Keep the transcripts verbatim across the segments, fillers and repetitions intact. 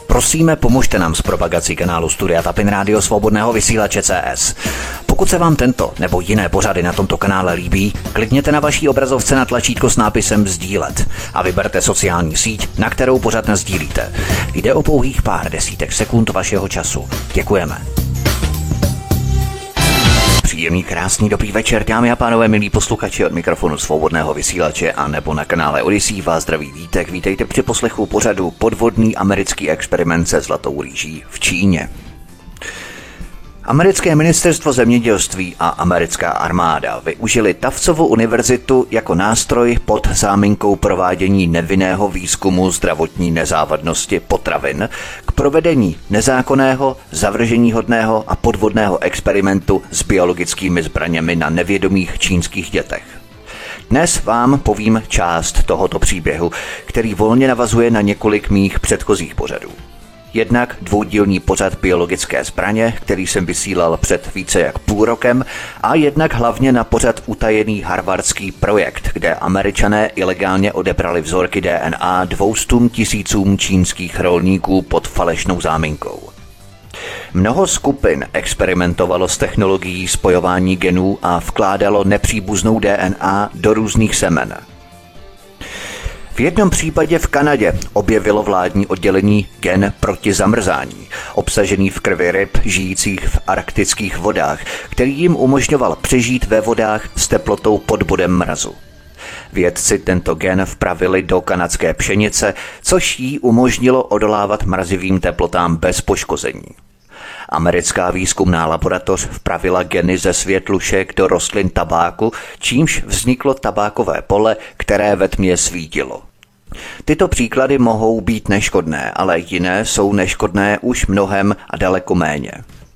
Prosíme, pomožte nám s propagací kanálu Studia Tapin Rádio Svobodného vysílače C S. Pokud se vám tento nebo jiné pořady na tomto kanále líbí, klikněte na vaší obrazovce na tlačítko s nápisem sdílet a vyberte sociální síť, na kterou pořad nasdílíte. Jde o pouhých pár desítek sekund vašeho času. Děkujeme. Příjemný, krásný, dobrý večer, dámy a pánové, milí posluchači, od mikrofonu Svobodného vysílače a nebo na kanále Odyssey vás zdraví Vítek. Vítejte při poslechu pořadu Podvodný americký experiment se zlatou rýží v Číně. Americké ministerstvo zemědělství a americká armáda využili Tuftovu univerzitu jako nástroj pod záminkou provádění nevinného výzkumu zdravotní nezávadnosti potravin k provedení nezákonného, zavrženíhodného a podvodného experimentu s biologickými zbraněmi na nevědomých čínských dětech. Dnes vám povím část tohoto příběhu, který volně navazuje na několik mých předchozích pořadů. Jednak dvoudílný pořad biologické zbraně, který jsem vysílal před více jak půl rokem, a jednak hlavně na pořad utajený harvardský projekt, kde Američané ilegálně odebrali vzorky D N A dvoustům tisícům čínských rolníků pod falešnou záminkou. Mnoho skupin experimentovalo s technologií spojování genů a vkládalo nepříbuznou D N A do různých semen. V jednom případě v Kanadě objevilo vládní oddělení gen proti zamrzání, obsažený v krvi ryb žijících v arktických vodách, který jim umožňoval přežít ve vodách s teplotou pod bodem mrazu. Vědci tento gen vpravili do kanadské pšenice, což jí umožnilo odolávat mrazivým teplotám bez poškození. Americká výzkumná laboratoř vpravila geny ze světlušek do rostlin tabáku, čímž vzniklo tabákové pole, které ve tmě svítilo. Tyto příklady mohou být neškodné, ale jiné jsou neškodné už mnohem a daleko méně.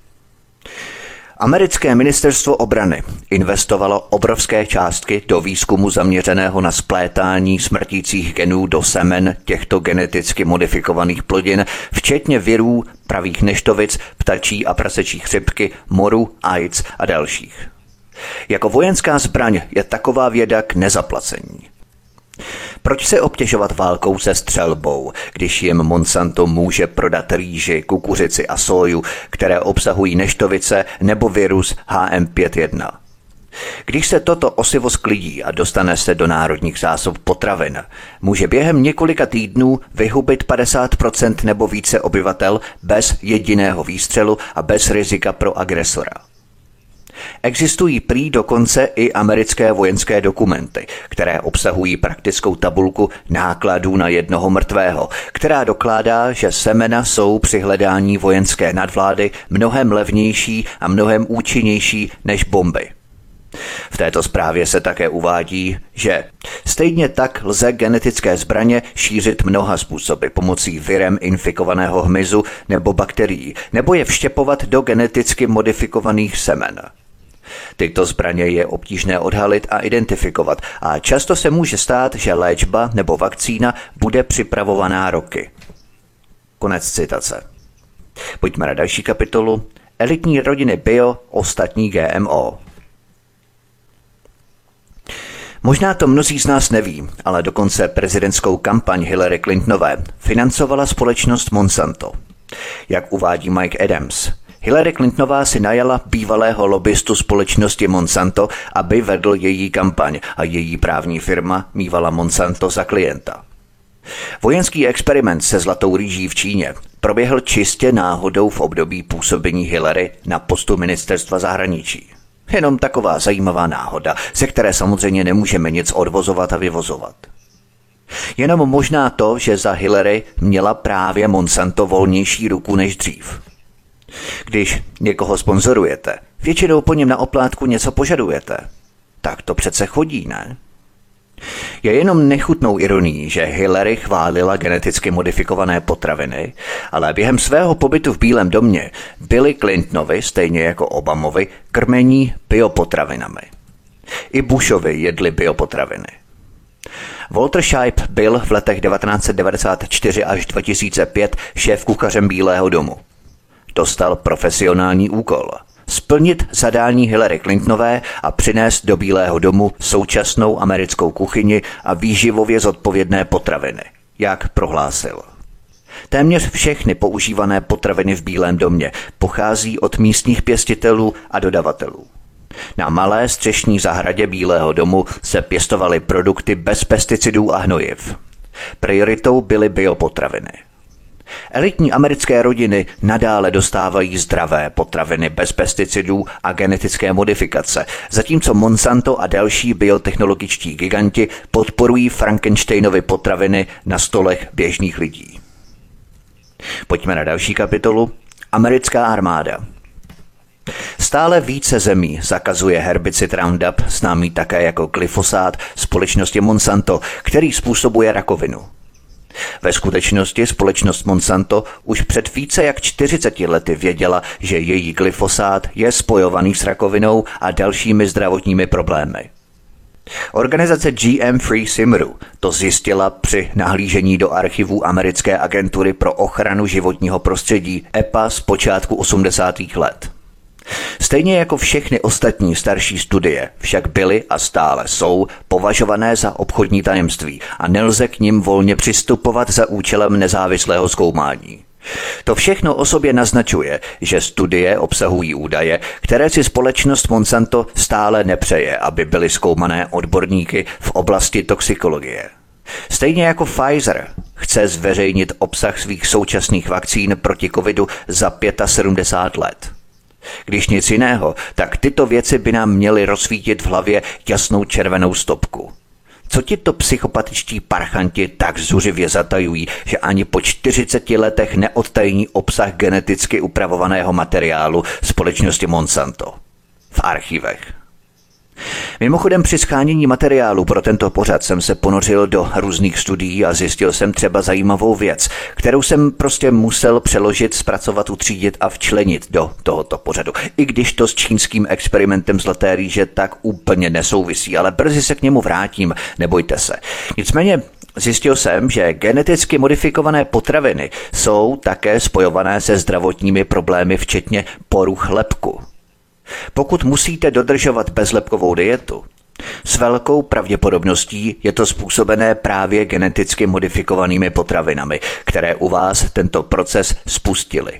Americké ministerstvo obrany investovalo obrovské částky do výzkumu zaměřeného na splétání smrtících genů do semen těchto geneticky modifikovaných plodin, včetně virů, pravých neštovic, ptačí a prasečí chřipky, moru, AIDS a dalších. Jako vojenská zbraň je taková věda k nezaplacení. Proč se obtěžovat válkou se střelbou, když jim Monsanto může prodat rýži, kukuřici a soju, které obsahují neštovice nebo virus H M pět jedna? Když se toto osivo sklidí a dostane se do národních zásob potravin, může během několika týdnů vyhubit padesát procent nebo více obyvatel bez jediného výstřelu a bez rizika pro agresora. Existují prý dokonce i americké vojenské dokumenty, které obsahují praktickou tabulku nákladů na jednoho mrtvého, která dokládá, že semena jsou při hledání vojenské nadvlády mnohem levnější a mnohem účinnější než bomby. V této zprávě se také uvádí, že stejně tak lze genetické zbraně šířit mnoha způsoby pomocí virem infikovaného hmyzu nebo bakterií, nebo je vštěpovat do geneticky modifikovaných semen. Tyto zbraně je obtížné odhalit a identifikovat a často se může stát, že léčba nebo vakcína bude připravovaná roky. Konec citace. Pojďme na další kapitolu. Elitní rodiny bio, ostatní G M O. Možná to mnozí z nás neví, ale dokonce prezidentskou kampaň Hillary Clintonové financovala společnost Monsanto. Jak uvádí Mike Adams, Hillary Clintonová si najala bývalého lobbystu společnosti Monsanto, aby vedl její kampaň a její právní firma mívala Monsanto za klienta. Vojenský experiment se zlatou rýží v Číně proběhl čistě náhodou v období působení Hillary na postu ministerstva zahraničí. Jenom taková zajímavá náhoda, ze které samozřejmě nemůžeme nic odvozovat a vyvozovat. Jenom možná to, že za Hillary měla právě Monsanto volnější ruku než dřív. Když někoho sponzorujete, většinou po něm na oplátku něco požadujete. Tak to přece chodí, ne? Je jenom nechutnou ironií, že Hillary chválila geneticky modifikované potraviny, ale během svého pobytu v Bílém domě byli Clintonovi, stejně jako Obamovi, krmení biopotravinami. I Bushovi jedli biopotraviny. Walter Shipe byl v letech devatenáct set devadesát čtyři až dva tisíce pět šéfkuchařem Bílého domu. Dostal profesionální úkol – splnit zadání Hillary Clintonové a přinést do Bílého domu současnou americkou kuchyni a výživově zodpovědné potraviny, jak prohlásil. Téměř všechny používané potraviny v Bílém domě pochází od místních pěstitelů a dodavatelů. Na malé střešní zahradě Bílého domu se pěstovaly produkty bez pesticidů a hnojiv. Prioritou byly biopotraviny. Elitní americké rodiny nadále dostávají zdravé potraviny bez pesticidů a genetické modifikace, zatímco Monsanto a další biotechnologičtí giganti podporují Frankensteinovy potraviny na stolech běžných lidí. Pojďme na další kapitolu. Americká armáda. Stále více zemí zakazuje herbicid Roundup, známý také jako glyfosát, společnosti Monsanto, který způsobuje rakovinu. Ve skutečnosti společnost Monsanto už před více jak čtyřiceti lety věděla, že její glyfosát je spojovaný s rakovinou a dalšími zdravotními problémy. Organizace G M Free Simru to zjistila při nahlížení do archivů americké agentury pro ochranu životního prostředí E P A z počátku osmdesátých let. Stejně jako všechny ostatní starší studie však byly a stále jsou považované za obchodní tajemství a nelze k nim volně přistupovat za účelem nezávislého zkoumání. To všechno o sobě naznačuje, že studie obsahují údaje, které si společnost Monsanto stále nepřeje, aby byly zkoumané odborníky v oblasti toxikologie. Stejně jako Pfizer chce zveřejnit obsah svých současných vakcín proti covidu za sedmdesát pět let. Když nic jiného, tak tyto věci by nám měly rozsvítit v hlavě jasnou červenou stopku. Co tito psychopatičtí parchanti tak zuřivě zatajují, že ani po čtyřiceti letech neodtajní obsah geneticky upravovaného materiálu společnosti Monsanto v archivech? Mimochodem při shánění materiálu pro tento pořad jsem se ponořil do různých studií a zjistil jsem třeba zajímavou věc, kterou jsem prostě musel přeložit, zpracovat, utřídit a včlenit do tohoto pořadu. I když to s čínským experimentem zlaté rýže tak úplně nesouvisí, ale brzy se k němu vrátím, nebojte se. Nicméně zjistil jsem, že geneticky modifikované potraviny jsou také spojované se zdravotními problémy, včetně poruch lepku. Pokud musíte dodržovat bezlepkovou dietu, s velkou pravděpodobností je to způsobené právě geneticky modifikovanými potravinami, které u vás tento proces spustily.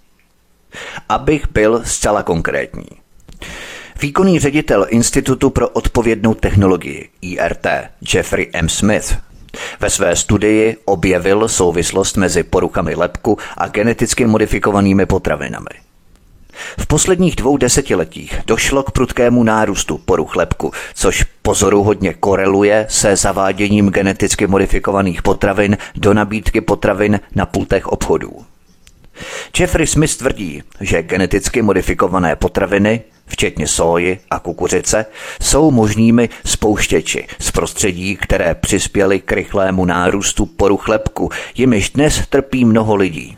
Abych byl zcela konkrétní. Výkonný ředitel Institutu pro odpovědnou technologii I R T Jeffrey M. Smith ve své studii objevil souvislost mezi poruchami lepku a geneticky modifikovanými potravinami. V posledních dvou desetiletích došlo k prudkému nárůstu poruch lepku, což pozoruhodně koreluje se zaváděním geneticky modifikovaných potravin do nabídky potravin na pultech obchodů. Jeffrey Smith tvrdí, že geneticky modifikované potraviny, včetně sóji a kukuřice, jsou možnými spouštěči z prostředí, které přispěly k rychlému nárůstu poruch lepku, jimiž dnes trpí mnoho lidí.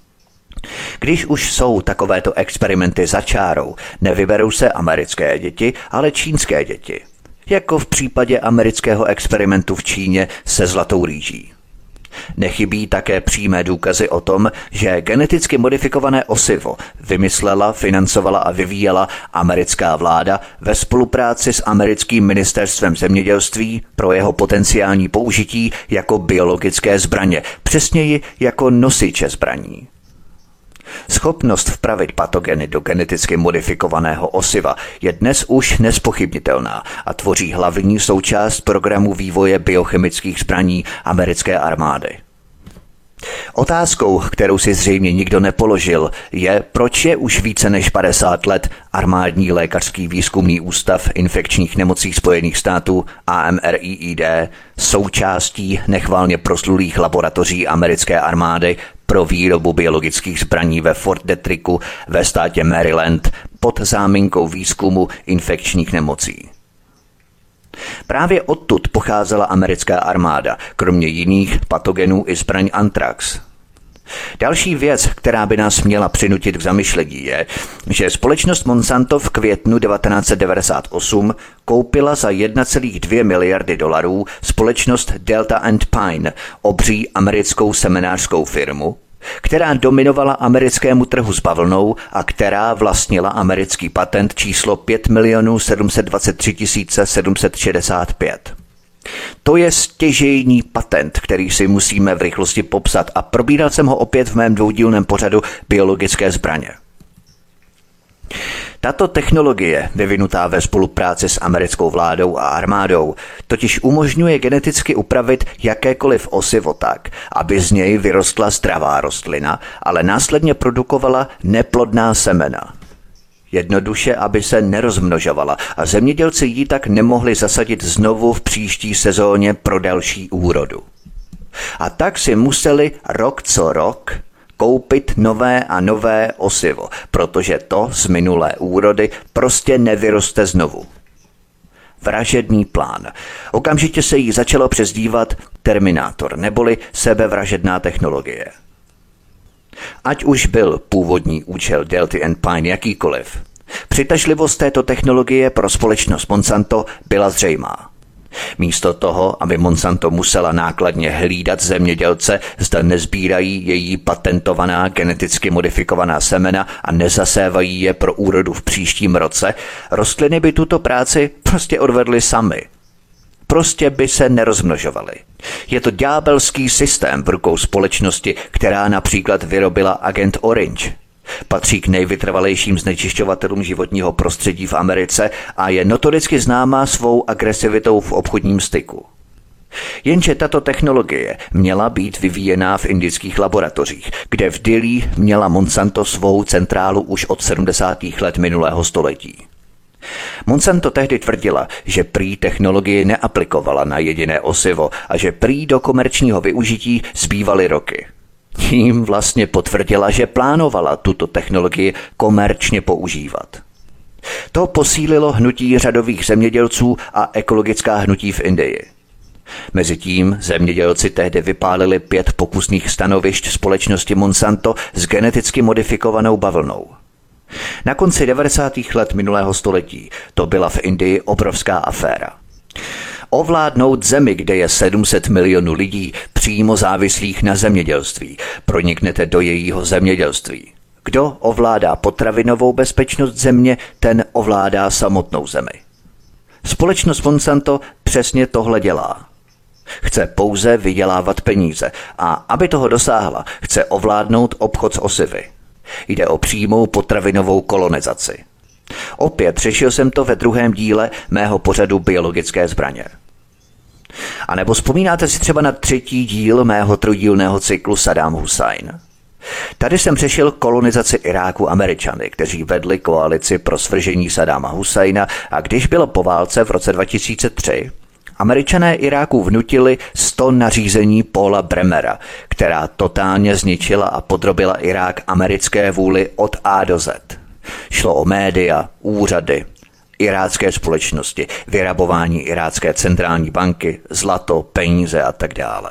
Když už jsou takovéto experimenty za čárou, nevyberou se americké děti, ale čínské děti. Jako v případě amerického experimentu v Číně se zlatou rýží. Nechybí také přímé důkazy o tom, že geneticky modifikované osivo vymyslela, financovala a vyvíjela americká vláda ve spolupráci s americkým ministerstvem zemědělství pro jeho potenciální použití jako biologické zbraně, přesněji jako nosiče zbraní. Schopnost vpravit patogeny do geneticky modifikovaného osiva je dnes už nezpochybnitelná a tvoří hlavní součást programu vývoje biochemických zbraní americké armády. Otázkou, kterou si zřejmě nikdo nepoložil, je, proč je už více než padesát let Armádní lékařský výzkumný ústav infekčních nemocí Spojených států A M R I I D součástí nechvalně proslulých laboratoří americké armády pro výrobu biologických zbraní ve Fort Detricku ve státě Maryland pod záminkou výzkumu infekčních nemocí. Právě odtud pocházela americká armáda, kromě jiných patogenů i zbraň Anthrax. Další věc, která by nás měla přinutit k zamyšlení, je, že společnost Monsanto v květnu devatenáct set devadesát osm koupila za jedna celá dvě miliardy dolarů společnost Delta and Pine, obří americkou semenářskou firmu, která dominovala americkému trhu s bavlnou a která vlastnila americký patent číslo pět milionů sedm set dvacet tři tisíc sedm set šedesát pět. To je stěžejní patent, který si musíme v rychlosti popsat a probíral jsem ho opět v mém dvoudílném pořadu Biologické zbraně. Tato technologie, vyvinutá ve spolupráci s americkou vládou a armádou, totiž umožňuje geneticky upravit jakékoliv osivo tak, aby z něj vyrostla zdravá rostlina, ale následně produkovala neplodná semena. Jednoduše, aby se nerozmnožovala a zemědělci ji tak nemohli zasadit znovu v příští sezóně pro další úrodu. A tak si museli rok co rok koupit nové a nové osivo, protože to z minulé úrody prostě nevyroste znovu. Vražedný plán. Okamžitě se jí začalo přezdívat Terminátor, neboli sebevražedná technologie. Ať už byl původní účel Delty and Pine jakýkoliv, přitažlivost této technologie pro společnost Monsanto byla zřejmá. Místo toho, aby Monsanto musela nákladně hlídat zemědělce, zda nezbírají její patentovaná geneticky modifikovaná semena a nezasévají je pro úrodu v příštím roce, rostliny by tuto práci prostě odvedly samy. Prostě by se nerozmnožovaly. Je to ďábelský systém v rukou společnosti, která například vyrobila Agent Orange. Patří k nejvytrvalejším znečišťovatelům životního prostředí v Americe a je notoricky známá svou agresivitou v obchodním styku. Jenže tato technologie měla být vyvíjená v indických laboratořích, kde v Dillí měla Monsanto svou centrálu už od sedmdesátých let minulého století. Monsanto tehdy tvrdila, že prý technologii neaplikovala na jediné osivo a že prý do komerčního využití zbývaly roky. Tím vlastně potvrdila, že plánovala tuto technologii komerčně používat. To posílilo hnutí řadových zemědělců a ekologická hnutí v Indii. Mezitím zemědělci tehdy vypálili pět pokusných stanovišť společnosti Monsanto s geneticky modifikovanou bavlnou. Na konci devadesátých let minulého století to byla v Indii obrovská aféra. Ovládnout zemi, kde je sedm set milionů lidí přímo závislých na zemědělství. Proniknete do jejího zemědělství. Kdo ovládá potravinovou bezpečnost země, ten ovládá samotnou zemi. Společnost Monsanto přesně tohle dělá. Chce pouze vydělávat peníze a aby toho dosáhla, chce ovládnout obchod s osivy. Jde o přímou potravinovou kolonizaci. Opět řešil jsem to ve druhém díle mého pořadu Biologické zbraně. A nebo vzpomínáte si třeba na třetí díl mého trojdílného cyklu Saddam Hussein? Tady jsem řešil kolonizaci Iráku Američany, kteří vedli koalici pro svržení Saddáma Husajna a když bylo po válce v roce dva tisíce tři, Američané Iráku vnutili sto nařízení Paula Bremera, která totálně zničila a podrobila Irák americké vůli od A do Z. Šlo o média, úřady, irácké společnosti, vyrabování irácké centrální banky, zlato, peníze a tak dále.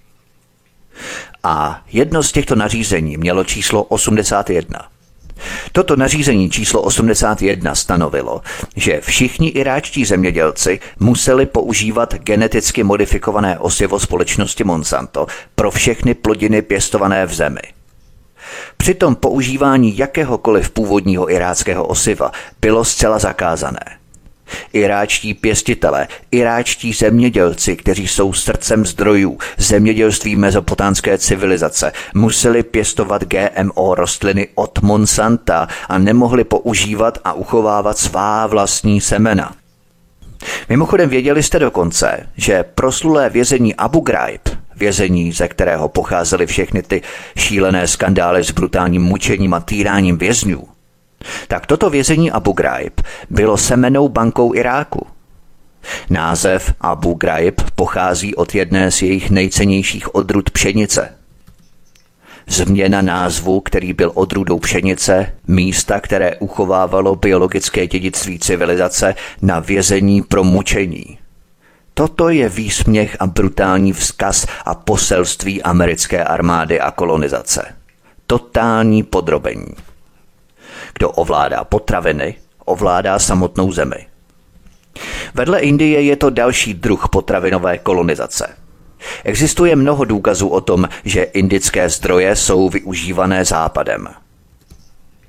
A jedno z těchto nařízení mělo číslo osmdesát jedna. Toto nařízení číslo osmdesát jedna stanovilo, že všichni iráčtí zemědělci museli používat geneticky modifikované osivo společnosti Monsanto pro všechny plodiny pěstované v zemi. Přitom používání jakéhokoliv původního iráckého osiva bylo zcela zakázané. Iráčtí pěstitelé, iráčtí zemědělci, kteří jsou srdcem zdrojů zemědělství mezopotánské civilizace, museli pěstovat G M O rostliny od Monsanta a nemohli používat a uchovávat svá vlastní semena. Mimochodem věděli jste dokonce, že proslulé vězení Abu Ghraib, vězení, ze kterého pocházely všechny ty šílené skandály s brutálním mučením a týráním vězňů, tak toto vězení Abu Ghraib bylo semennou bankou Iráku. Název Abu Ghraib pochází od jedné z jejich nejcennějších odrůd pšenice. Změna názvu, který byl odrůdou pšenice, místa, které uchovávalo biologické dědictví civilizace, na vězení pro mučení. Toto je výsměch a brutální vzkaz a poselství americké armády a kolonizace. Totální podrobení. Kdo ovládá potraviny, ovládá samotnou zemi. Vedle Indie je to další druh potravinové kolonizace. Existuje mnoho důkazů o tom, že indické zdroje jsou využívané Západem.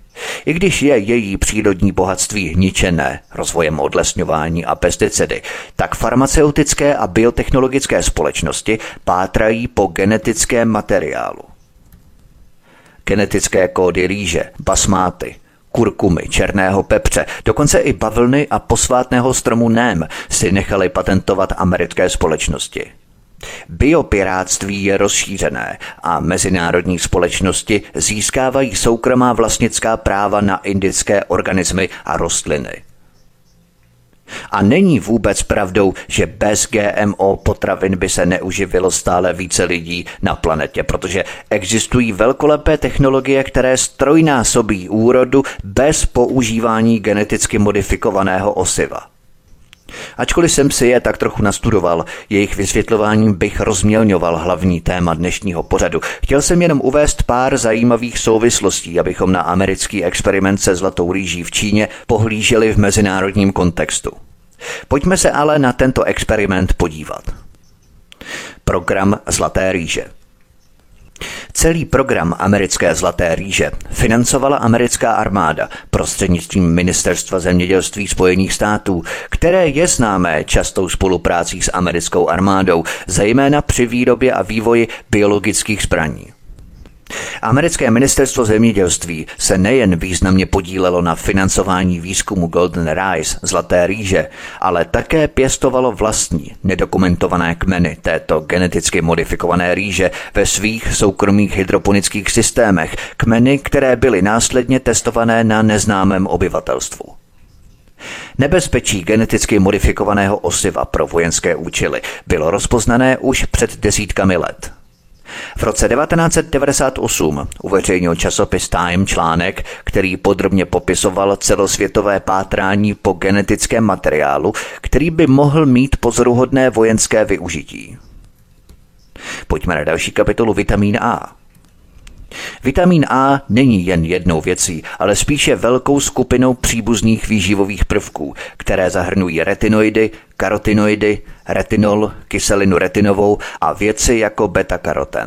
I když je její přírodní bohatství ničené rozvojem odlesňování a pesticidy, tak farmaceutické a biotechnologické společnosti pátrají po genetickém materiálu. Genetické kódy rýže, basmáty, kurkumy, černého pepře, dokonce i bavlny a posvátného stromu ném si nechali patentovat americké společnosti. Biopiráctví je rozšířené a mezinárodní společnosti získávají soukromá vlastnická práva na indické organismy a rostliny. A není vůbec pravdou, že bez G M O potravin by se neuživilo stále více lidí na planetě, protože existují velkolepé technologie, které strojnásobí úrodu bez používání geneticky modifikovaného osiva. Ačkoliv jsem si je tak trochu nastudoval, jejich vysvětlováním bych rozmělňoval hlavní téma dnešního pořadu. Chtěl jsem jenom uvést pár zajímavých souvislostí, abychom na americký experiment se zlatou rýží v Číně pohlíželi v mezinárodním kontextu. Pojďme se ale na tento experiment podívat. Program Zlaté rýže. Celý program americké Zlaté rýže financovala americká armáda prostřednictvím Ministerstva zemědělství Spojených států, které je známé častou spoluprácí s americkou armádou, zejména při výrobě a vývoji biologických zbraní. Americké ministerstvo zemědělství se nejen významně podílelo na financování výzkumu Golden Rice, zlaté rýže, ale také pěstovalo vlastní nedokumentované kmeny této geneticky modifikované rýže ve svých soukromých hydroponických systémech, kmeny, které byly následně testované na neznámém obyvatelstvu. Nebezpečí geneticky modifikovaného osiva pro vojenské účely bylo rozpoznané už před desítkami let. V roce devatenáct set devadesát osm uveřejnil časopis Time článek, který podrobně popisoval celosvětové pátrání po genetickém materiálu, který by mohl mít pozoruhodné vojenské využití. Pojďme na další kapitolu vitamín A. Vitamin A není jen jednou věcí, ale spíše velkou skupinou příbuzných výživových prvků, které zahrnují retinoidy, karotinoidy, retinol, kyselinu retinovou a věci jako beta-karoten.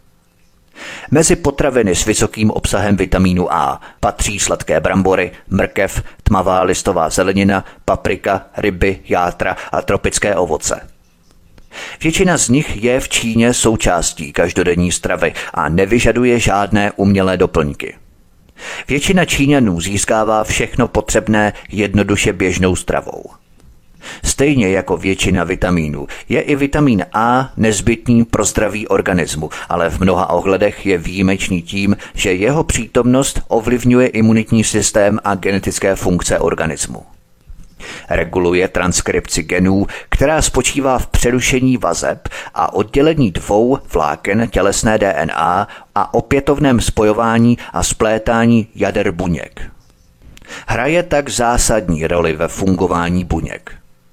Mezi potraviny s vysokým obsahem vitamínu A patří sladké brambory, mrkev, tmavá listová zelenina, paprika, ryby, játra a tropické ovoce. Většina z nich je v Číně součástí každodenní stravy a nevyžaduje žádné umělé doplňky. Většina Číňanů získává všechno potřebné jednoduše běžnou stravou. Stejně jako většina vitamínů je i vitamin A nezbytný pro zdraví organismu, ale v mnoha ohledech je výjimečný tím, že jeho přítomnost ovlivňuje imunitní systém a genetické funkce organismu. Reguluje transkripci genů, která spočívá v přerušení vazeb a oddělení dvou vláken tělesné D N A a opětovném spojování a splétání jader buněk. Hraje tak zásadní roli ve fungování buněk.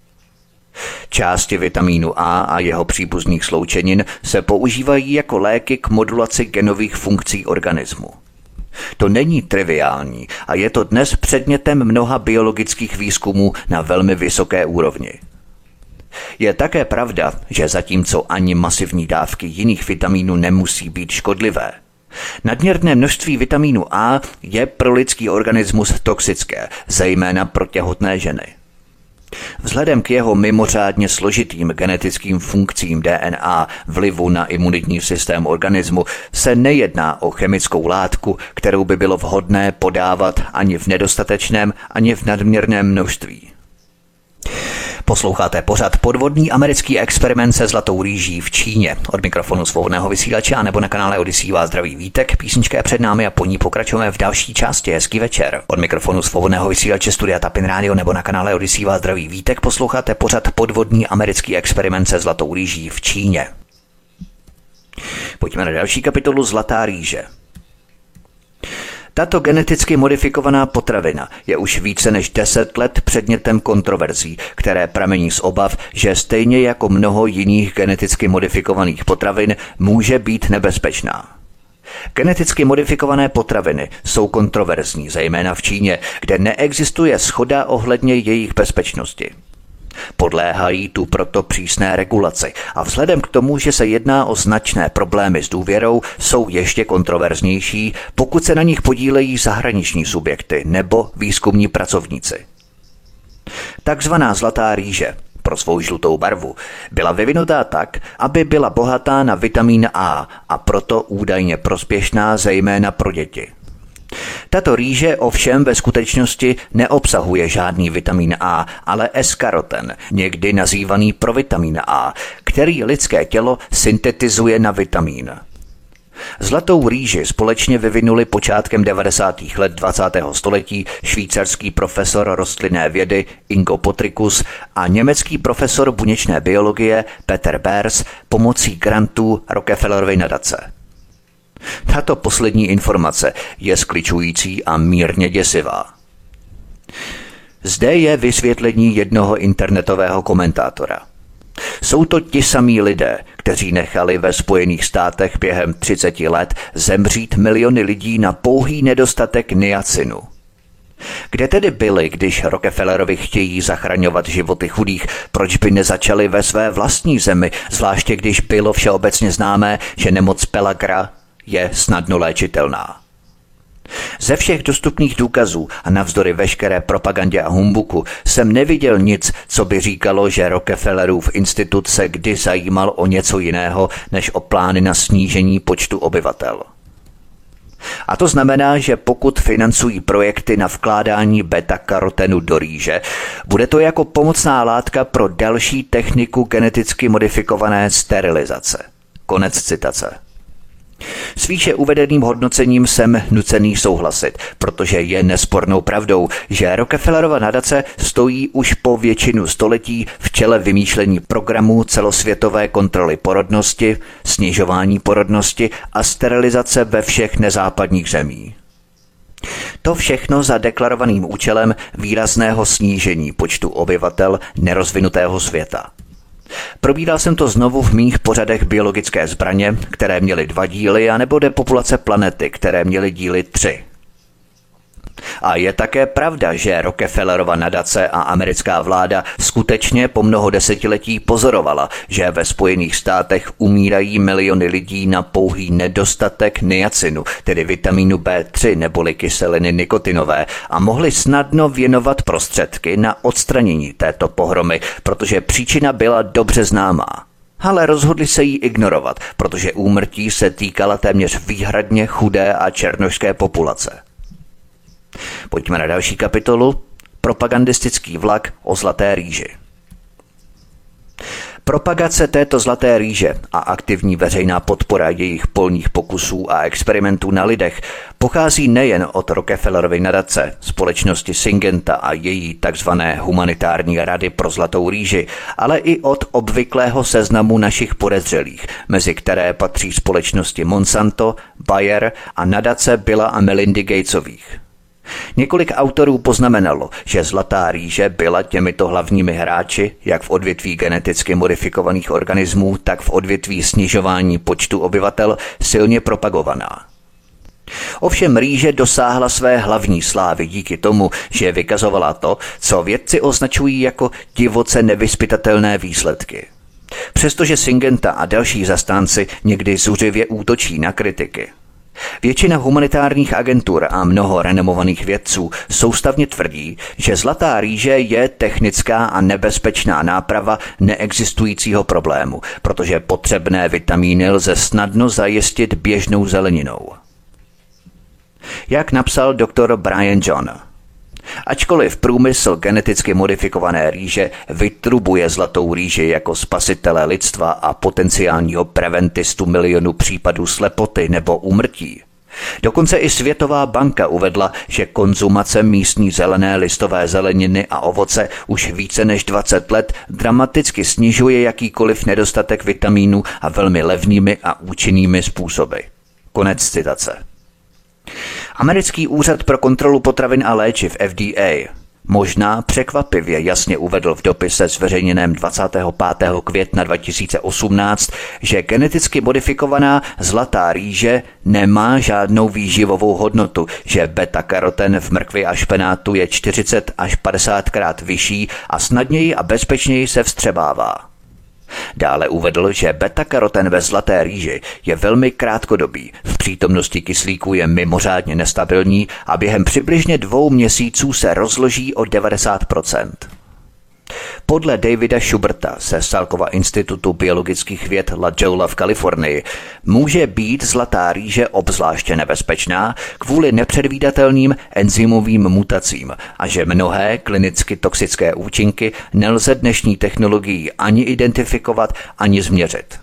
Části vitamínu A a jeho příbuzných sloučenin se používají jako léky k modulaci genových funkcí organismu. To není triviální a je to dnes předmětem mnoha biologických výzkumů na velmi vysoké úrovni. Je také pravda, že zatímco ani masivní dávky jiných vitamínů nemusí být škodlivé, nadměrné množství vitamínu A je pro lidský organismus toxické, zejména pro těhotné ženy. Vzhledem k jeho mimořádně složitým genetickým funkcím D N A vlivu na imunitní systém organismu se nejedná o chemickou látku, kterou by bylo vhodné podávat ani v nedostatečném, ani v nadměrném množství. Posloucháte pořad Podvodný americký experiment se zlatou rýží v Číně. Od mikrofonu svobodného vysílače a nebo na kanále Odyssey vás zdraví Vítek. Písnička je před námi a po ní pokračujeme v další části. Hezký večer. Od mikrofonu svobodného vysílače Studia Tapin Radio nebo na kanále Odyssey vás zdraví Vítek. Posloucháte pořad Podvodný americký experiment se zlatou rýží v Číně. Pojďme na další kapitolu Zlatá rýže. Tato geneticky modifikovaná potravina je už více než deset let předmětem kontroverzí, které pramení z obav, že stejně jako mnoho jiných geneticky modifikovaných potravin může být nebezpečná. Geneticky modifikované potraviny jsou kontroverzní, zejména v Číně, kde neexistuje shoda ohledně jejich bezpečnosti. Podléhají tu proto přísné regulaci a vzhledem k tomu, že se jedná o značné problémy s důvěrou, jsou ještě kontroverznější, pokud se na nich podílejí zahraniční subjekty nebo výzkumní pracovníci. Takzvaná zlatá rýže pro svou žlutou barvu byla vyvinutá tak, aby byla bohatá na vitamin A a proto údajně prospěšná zejména pro děti. Tato rýže ovšem ve skutečnosti neobsahuje žádný vitamin A, ale S-karoten, někdy nazývaný provitamin A, který lidské tělo syntetizuje na vitamín. Zlatou rýži společně vyvinuli počátkem devadesátých let dvacátého století švýcarský profesor rostlinné vědy Ingo Potricus a německý profesor buněčné biologie Peter Beers pomocí grantů Rockefellerovy nadace. Tato poslední informace je skličující a mírně děsivá. Zde je vysvětlení jednoho internetového komentátora. Jsou to ti samí lidé, kteří nechali ve Spojených státech během třiceti let zemřít miliony lidí na pouhý nedostatek niacinu. Kde tedy byli, když Rockefellerovi chtějí zachraňovat životy chudých, proč by nezačali ve své vlastní zemi, zvláště když bylo všeobecně známé, že nemoc Pellagra je snadno léčitelná. Ze všech dostupných důkazů a navzdory veškeré propagandě a humbuku jsem neviděl nic, co by říkalo, že Rockefellerův institut se kdy zajímal o něco jiného, než o plány na snížení počtu obyvatel. A to znamená, že pokud financují projekty na vkládání beta-karotenu do rýže, bude to jako pomocná látka pro další techniku geneticky modifikované sterilizace. Konec citace. S výše uvedeným hodnocením jsem nucený souhlasit, protože je nespornou pravdou, že Rockefellerova nadace stojí už po většinu století v čele vymýšlení programů celosvětové kontroly porodnosti, snižování porodnosti a sterilizace ve všech nezápadních zemí. To všechno za deklarovaným účelem výrazného snížení počtu obyvatel nerozvinutého světa. Probíral jsem to znovu v mých pořadech Biologické zbraně, které měly dva díly, anebo Depopulace planety, které měly díly tři. A je také pravda, že Rockefellerova nadace a americká vláda skutečně po mnoho desetiletí pozorovala, že ve Spojených státech umírají miliony lidí na pouhý nedostatek niacinu, tedy vitamínu bé tři neboli kyseliny nikotinové, a mohli snadno věnovat prostředky na odstranění této pohromy, protože příčina byla dobře známá. Ale rozhodli se ji ignorovat, protože úmrtí se týkala téměř výhradně chudé a černošské populace. Pojďme na další kapitolu. Propagandistický vlak o zlaté rýži. Propagace této zlaté rýže a aktivní veřejná podpora jejich polních pokusů a experimentů na lidech pochází nejen od Rockefellerovy nadace, společnosti Syngenta a její takzvané humanitární rady pro zlatou rýži, ale i od obvyklého seznamu našich podezřelých, mezi které patří společnosti Monsanto, Bayer a nadace Billa a Melindy Gatesových. Několik autorů poznamenalo, že zlatá rýže byla těmito hlavními hráči, jak v odvětví geneticky modifikovaných organismů, tak v odvětví snižování počtu obyvatel, silně propagovaná. Ovšem rýže dosáhla své hlavní slávy díky tomu, že vykazovala to, co vědci označují jako divoce nevyzpytatelné výsledky. Přestože Syngenta a další zastánci někdy zuřivě útočí na kritiky, většina humanitárních agentur a mnoho renomovaných vědců soustavně tvrdí, že zlatá rýže je technická a nebezpečná náprava neexistujícího problému, protože potřebné vitamíny lze snadno zajistit běžnou zeleninou. Jak napsal doktor Brian John, ačkoliv průmysl geneticky modifikované rýže vytrubuje zlatou rýži jako spasitele lidstva a potenciálního preventistu milionu případů slepoty nebo úmrtí, dokonce i Světová banka uvedla, že konzumace místní zelené listové zeleniny a ovoce už více než dvacet let dramaticky snižuje jakýkoliv nedostatek vitamínů a velmi levnými a účinnými způsoby. Konec citace. Americký úřad pro kontrolu potravin a léčiv F D A Možná překvapivě jasně uvedl v dopise zveřejněném dvacátého pátého května dva tisíce osmnáct, že geneticky modifikovaná zlatá rýže nemá žádnou výživovou hodnotu, že beta-karoten v mrkvi a špenátu je čtyřicet až padesát krát vyšší a snadněji a bezpečněji se vstřebává. Dále uvedl, že beta-karoten ve zlaté rýži je velmi krátkodobý, v přítomnosti kyslíku je mimořádně nestabilní a během přibližně dvou měsíců se rozloží o devadesát procent. Podle Davida Schuberta ze Salkova institutu biologických věd La Jolla v Kalifornii může být zlatá rýže obzvláště nebezpečná kvůli nepředvídatelným enzymovým mutacím a že mnohé klinicky toxické účinky nelze dnešní technologií ani identifikovat, ani změřit.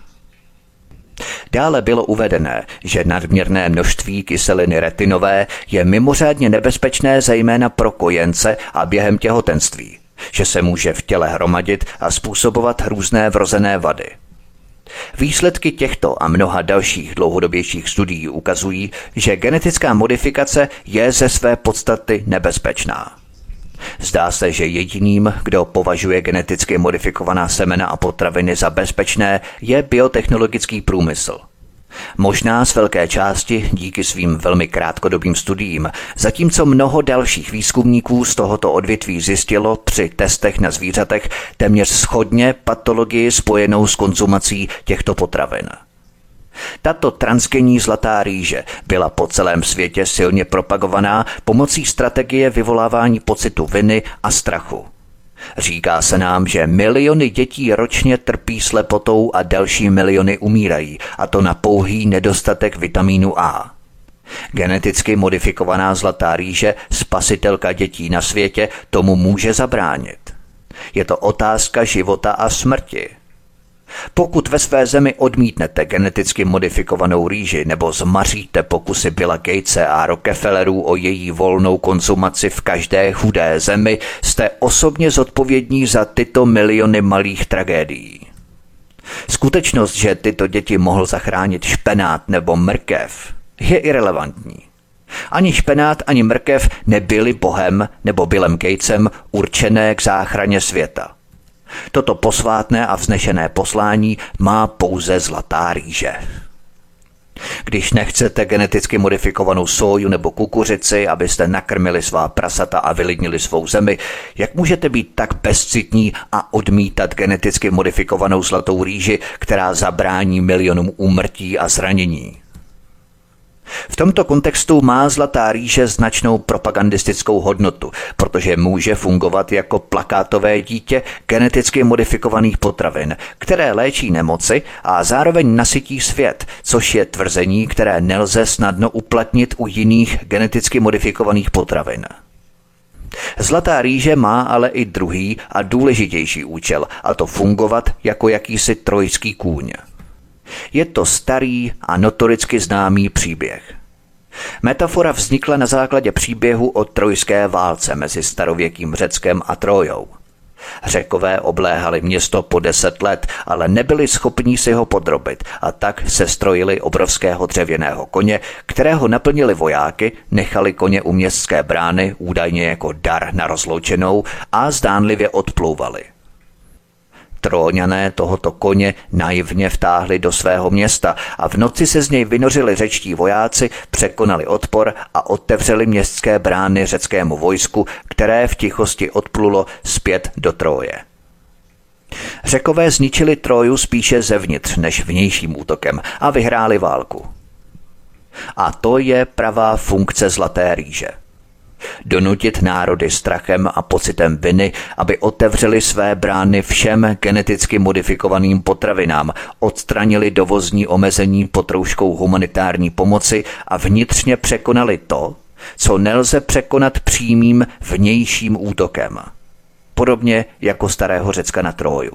Dále bylo uvedené, že nadměrné množství kyseliny retinové je mimořádně nebezpečné zejména pro kojence a během těhotenství, že se může v těle hromadit a způsobovat různé vrozené vady. Výsledky těchto a mnoha dalších dlouhodobějších studií ukazují, že genetická modifikace je ze své podstaty nebezpečná. Zdá se, že jediným, kdo považuje geneticky modifikovaná semena a potraviny za bezpečné, je biotechnologický průmysl. Možná z velké části díky svým velmi krátkodobým studiím, zatímco mnoho dalších výzkumníků z tohoto odvětví zjistilo při testech na zvířatech téměř shodně patologii spojenou s konzumací těchto potravin. Tato transgenní zlatá rýže byla po celém světě silně propagovaná pomocí strategie vyvolávání pocitu viny a strachu. Říká se nám, že miliony dětí ročně trpí slepotou a další miliony umírají, a to na pouhý nedostatek vitamínu A. Geneticky modifikovaná zlatá rýže, spasitelka dětí na světě, tomu může zabránit. Je to otázka života a smrti. Pokud ve své zemi odmítnete geneticky modifikovanou rýži nebo zmaříte pokusy Billa Gatese a Rockefellerů o její volnou konzumaci v každé chudé zemi, jste osobně zodpovědní za tyto miliony malých tragédií. Skutečnost, že tyto děti mohl zachránit špenát nebo mrkev, je irelevantní. Ani špenát, ani mrkev nebyly Bohem nebo Billem Gatesem určené k záchraně světa. Toto posvátné a vznešené poslání má pouze zlatá rýže. Když nechcete geneticky modifikovanou soju nebo kukuřici, abyste nakrmili svá prasata a vylidnili svou zemi, jak můžete být tak bezcitní a odmítat geneticky modifikovanou zlatou rýži, která zabrání milionům úmrtí a zranění? V tomto kontextu má zlatá rýže značnou propagandistickou hodnotu, protože může fungovat jako plakátové dítě geneticky modifikovaných potravin, které léčí nemoci a zároveň nasytí svět, což je tvrzení, které nelze snadno uplatnit u jiných geneticky modifikovaných potravin. Zlatá rýže má ale i druhý a důležitější účel, a to fungovat jako jakýsi trojský kůň. Je to starý a notoricky známý příběh. Metafora vznikla na základě příběhu o trojské válce mezi starověkým Řeckem a Trójou. Řekové obléhali město po deset let, ale nebyli schopní si ho podrobit a tak sestrojili obrovského dřevěného koně, kterého naplnili vojáky, nechali koně u městské brány údajně jako dar na rozloučenou a zdánlivě odplouvali. Tróňané tohoto koně naivně vtáhli do svého města a v noci se z něj vynořili řečtí vojáci, překonali odpor a otevřeli městské brány řeckému vojsku, které v tichosti odplulo zpět do Tróje. Řekové zničili Tróju spíše zevnitř než vnějším útokem a vyhráli válku. A to je pravá funkce zlaté rýže. Donutit národy strachem a pocitem viny, aby otevřeli své brány všem geneticky modifikovaným potravinám, odstranili dovozní omezení pod rouškou humanitární pomoci a vnitřně překonali to, co nelze překonat přímým vnějším útokem. Podobně jako starého Řecka na Tróju.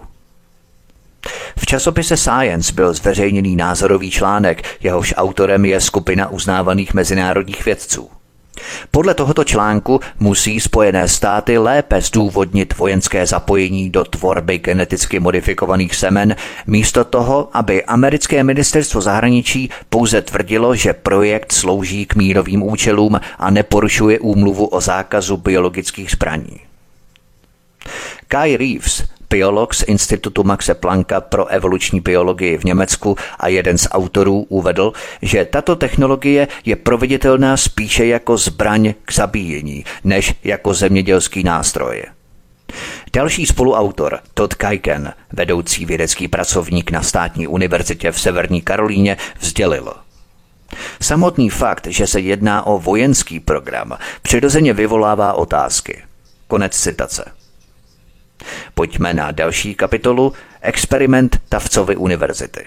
V časopise Science byl zveřejněný názorový článek, jehož autorem je skupina uznávaných mezinárodních vědců. Podle tohoto článku musí Spojené státy lépe zdůvodnit vojenské zapojení do tvorby geneticky modifikovaných semen, místo toho, aby americké ministerstvo zahraničí pouze tvrdilo, že projekt slouží k mírovým účelům a neporušuje úmluvu o zákazu biologických zbraní. Kai Reeves, biolog z Institutu Maxe Plancka pro evoluční biologii v Německu a jeden z autorů, uvedl, že tato technologie je proveditelná spíše jako zbraň k zabíjení, než jako zemědělský nástroj. Další spoluautor, Todd Kuiken, vedoucí vědecký pracovník na státní univerzitě v Severní Karolíně, sdělil: samotný fakt, že se jedná o vojenský program, přirozeně vyvolává otázky. Konec citace. Pojďme na další kapitolu, experiment Tuftsovy univerzity.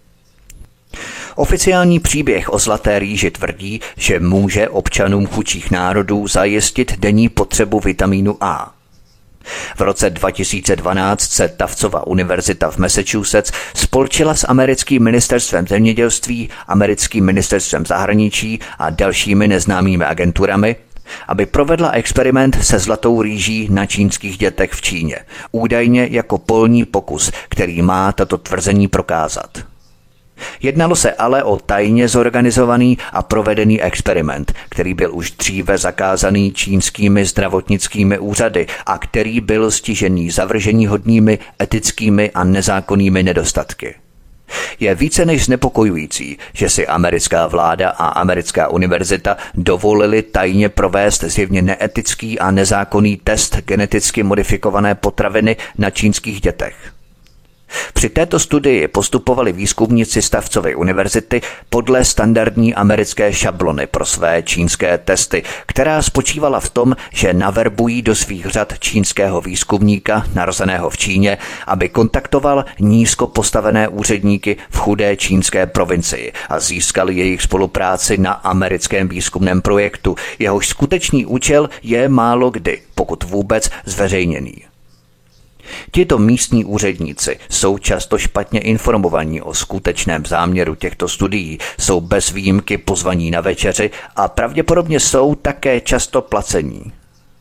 Oficiální příběh o Zlaté rýži tvrdí, že může občanům chudších národů zajistit denní potřebu vitamínu A. V roce dva tisíce dvanáct se Tuftsova univerzita v Massachusetts spolčila s americkým ministerstvem zemědělství, americkým ministerstvem zahraničí a dalšími neznámými agenturami, aby provedla experiment se zlatou rýží na čínských dětech v Číně, údajně jako polní pokus, který má tato tvrzení prokázat. Jednalo se ale o tajně zorganizovaný a provedený experiment, který byl už dříve zakázaný čínskými zdravotnickými úřady a který byl stižený zavrženíhodnými etickými a nezákonnými nedostatky. Je více než znepokojující, že si americká vláda a americká univerzita dovolili tajně provést zjevně neetický a nezákonný test geneticky modifikované potraviny na čínských dětech. Při této studii postupovali výzkumníci z Tuftsovy univerzity podle standardní americké šablony pro své čínské testy, která spočívala v tom, že naverbují do svých řad čínského výzkumníka narozeného v Číně, aby kontaktoval nízko postavené úředníky v chudé čínské provincii a získali jejich spolupráci na americkém výzkumném projektu. Jehož skutečný účel je málo kdy, pokud vůbec, zveřejněný. Tito místní úředníci jsou často špatně informovaní o skutečném záměru těchto studií, jsou bez výjimky pozvaní na večeři a pravděpodobně jsou také často placení.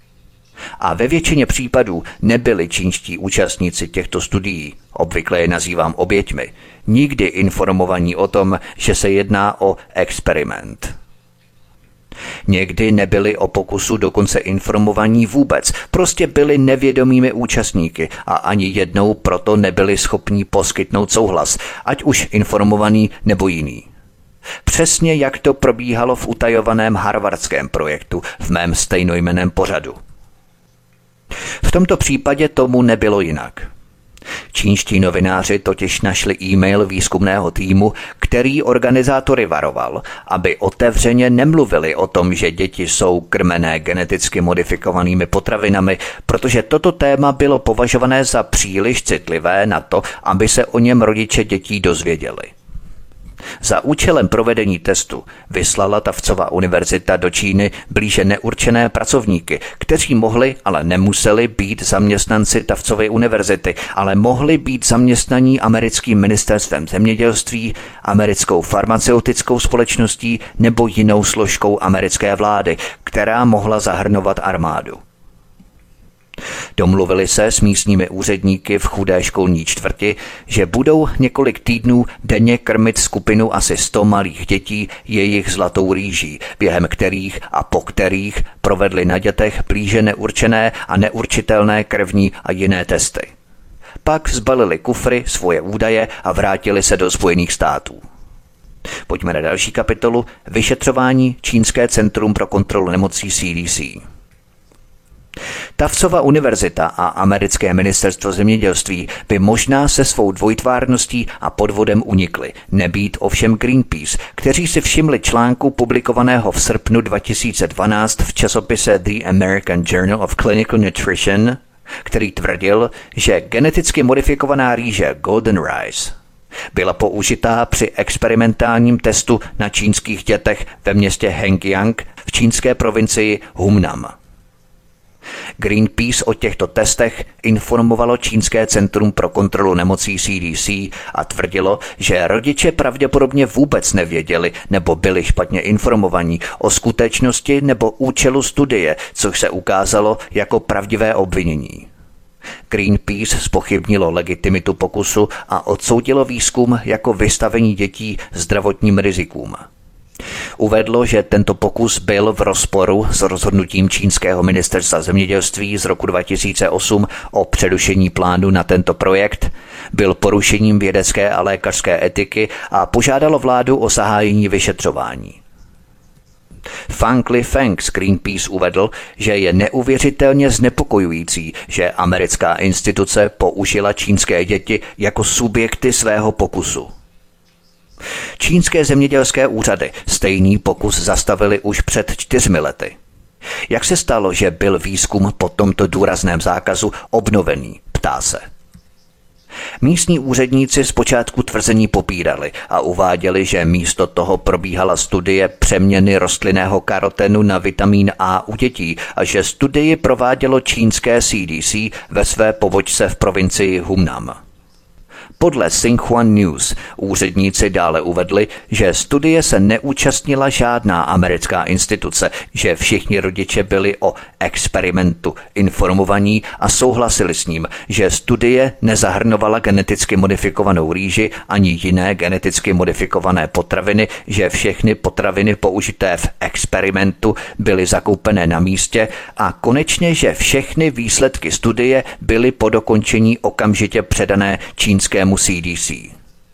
A ve většině případů nebyli čínští účastníci těchto studií, obvykle je nazývám oběťmi, nikdy informovaní o tom, že se jedná o experiment. Někdy nebyli o pokusu dokonce informovaní vůbec, prostě byli nevědomými účastníky a ani jednou proto nebyli schopni poskytnout souhlas, ať už informovaný nebo jiný. Přesně jak to probíhalo v utajovaném harvardském projektu v mém stejnojmenném pořadu. V tomto případě tomu nebylo jinak. Čínští novináři totiž našli e-mail výzkumného týmu, který organizátory varoval, aby otevřeně nemluvili o tom, že děti jsou krmené geneticky modifikovanými potravinami, protože toto téma bylo považované za příliš citlivé na to, aby se o něm rodiče dětí dozvěděli. Za účelem provedení testu vyslala Tuftsova univerzita do Číny blíže neurčené pracovníky, kteří mohli, ale nemuseli být zaměstnanci Tuftsovy univerzity, ale mohli být zaměstnaní americkým ministerstvem zemědělství, americkou farmaceutickou společností nebo jinou složkou americké vlády, která mohla zahrnovat armádu. Domluvili se s místními úředníky v chudé školní čtvrti, že budou několik týdnů denně krmit skupinu asi sto malých dětí jejich zlatou rýží, během kterých a po kterých provedli na dětech blíže neurčené a neurčitelné krevní a jiné testy. Pak zbalili kufry, svoje údaje a vrátili se do Spojených států. Pojďme na další kapitolu. Vyšetřování Čínské centrum pro kontrolu nemocí C D C. Tuftsova univerzita a americké ministerstvo zemědělství by možná se svou dvojtvárností a podvodem unikly, nebýt ovšem Greenpeace, kteří si všimli článku publikovaného v srpnu dva tisíce dvanáct v časopise The American Journal of Clinical Nutrition, který tvrdil, že geneticky modifikovaná rýže Golden Rice byla použitá při experimentálním testu na čínských dětech ve městě Hengyang v čínské provincii Hunnam. Greenpeace o těchto testech informovalo Čínské centrum pro kontrolu nemocí C D C a tvrdilo, že rodiče pravděpodobně vůbec nevěděli nebo byli špatně informovaní o skutečnosti nebo účelu studie, což se ukázalo jako pravdivé obvinění. Greenpeace zpochybnilo legitimitu pokusu a odsoudilo výzkum jako vystavení dětí zdravotním rizikům. uvedlo, že tento pokus byl v rozporu s rozhodnutím čínského ministerstva zemědělství z roku dva tisíce osm o přerušení plánu na tento projekt, byl porušením vědecké a lékařské etiky a požádalo vládu o zahájení vyšetřování. Fang Lifeng z Greenpeace uvedl, že je neuvěřitelně znepokojující, že americká instituce použila čínské děti jako subjekty svého pokusu. Čínské zemědělské úřady stejný pokus zastavili už před čtyřmi lety. Jak se stalo, že byl výzkum po tomto důrazném zákazu obnovený, ptá se. Místní úředníci zpočátku tvrzení popírali a uváděli, že místo toho probíhala studie přeměny rostlinného karotenu na vitamín A u dětí a že studii provádělo čínské C D C ve své pobočce v provincii Hunnam. Podle Xinhua News úředníci dále uvedli, že studie se neúčastnila žádná americká instituce, že všichni rodiče byli o experimentu informovaní a souhlasili s ním, že studie nezahrnovala geneticky modifikovanou rýži ani jiné geneticky modifikované potraviny, že všechny potraviny použité v experimentu byly zakoupené na místě a konečně, že všechny výsledky studie byly po dokončení okamžitě předané čínskému C D C.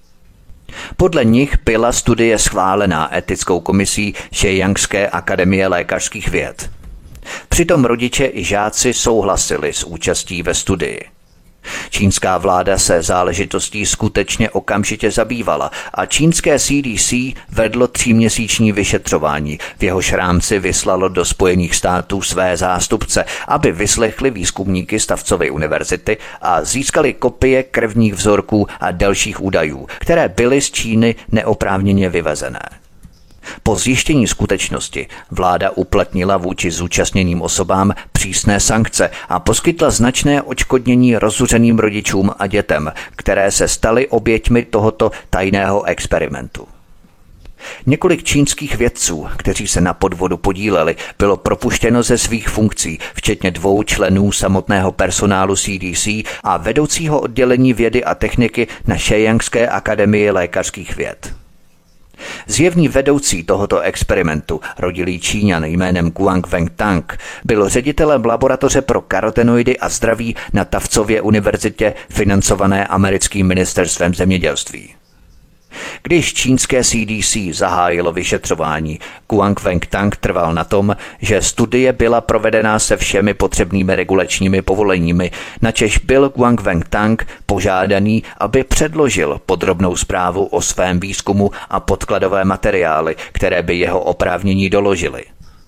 Podle nich byla studie schválená etickou komisí Zhejiangské akademie lékařských věd. Přitom rodiče i žáci souhlasili s účastí ve studii. Čínská vláda se záležitostí skutečně okamžitě zabývala a čínské C D C vedlo tříměsíční vyšetřování, v jehož rámci vyslalo do Spojených států své zástupce, aby vyslechli výzkumníky Stavcovy univerzity a získali kopie krevních vzorků a dalších údajů, které byly z Číny neoprávněně vyvezené. Po zjištění skutečnosti vláda uplatnila vůči zúčastněným osobám přísné sankce a poskytla značné odškodnění rozzuřeným rodičům a dětem, které se staly oběťmi tohoto tajného experimentu. Několik čínských vědců, kteří se na podvodu podíleli, bylo propuštěno ze svých funkcí, včetně dvou členů samotného personálu C D C a vedoucího oddělení vědy a techniky na Zhejiangské akademii lékařských věd. Zjevný vedoucí tohoto experimentu, rodilý Číňan jménem Guang Wengtang, byl ředitelem laboratoře pro karotenoidy a zdraví na Tuftsově univerzitě financované americkým ministerstvem zemědělství. Když čínské C D C zahájilo vyšetřování, Guang Wengtang trval na tom, že studie byla provedena se všemi potřebnými regulačními povoleními, načež byl Guang Wengtang požádaný, aby předložil podrobnou zprávu o svém výzkumu a podkladové materiály, které by jeho oprávnění doložily.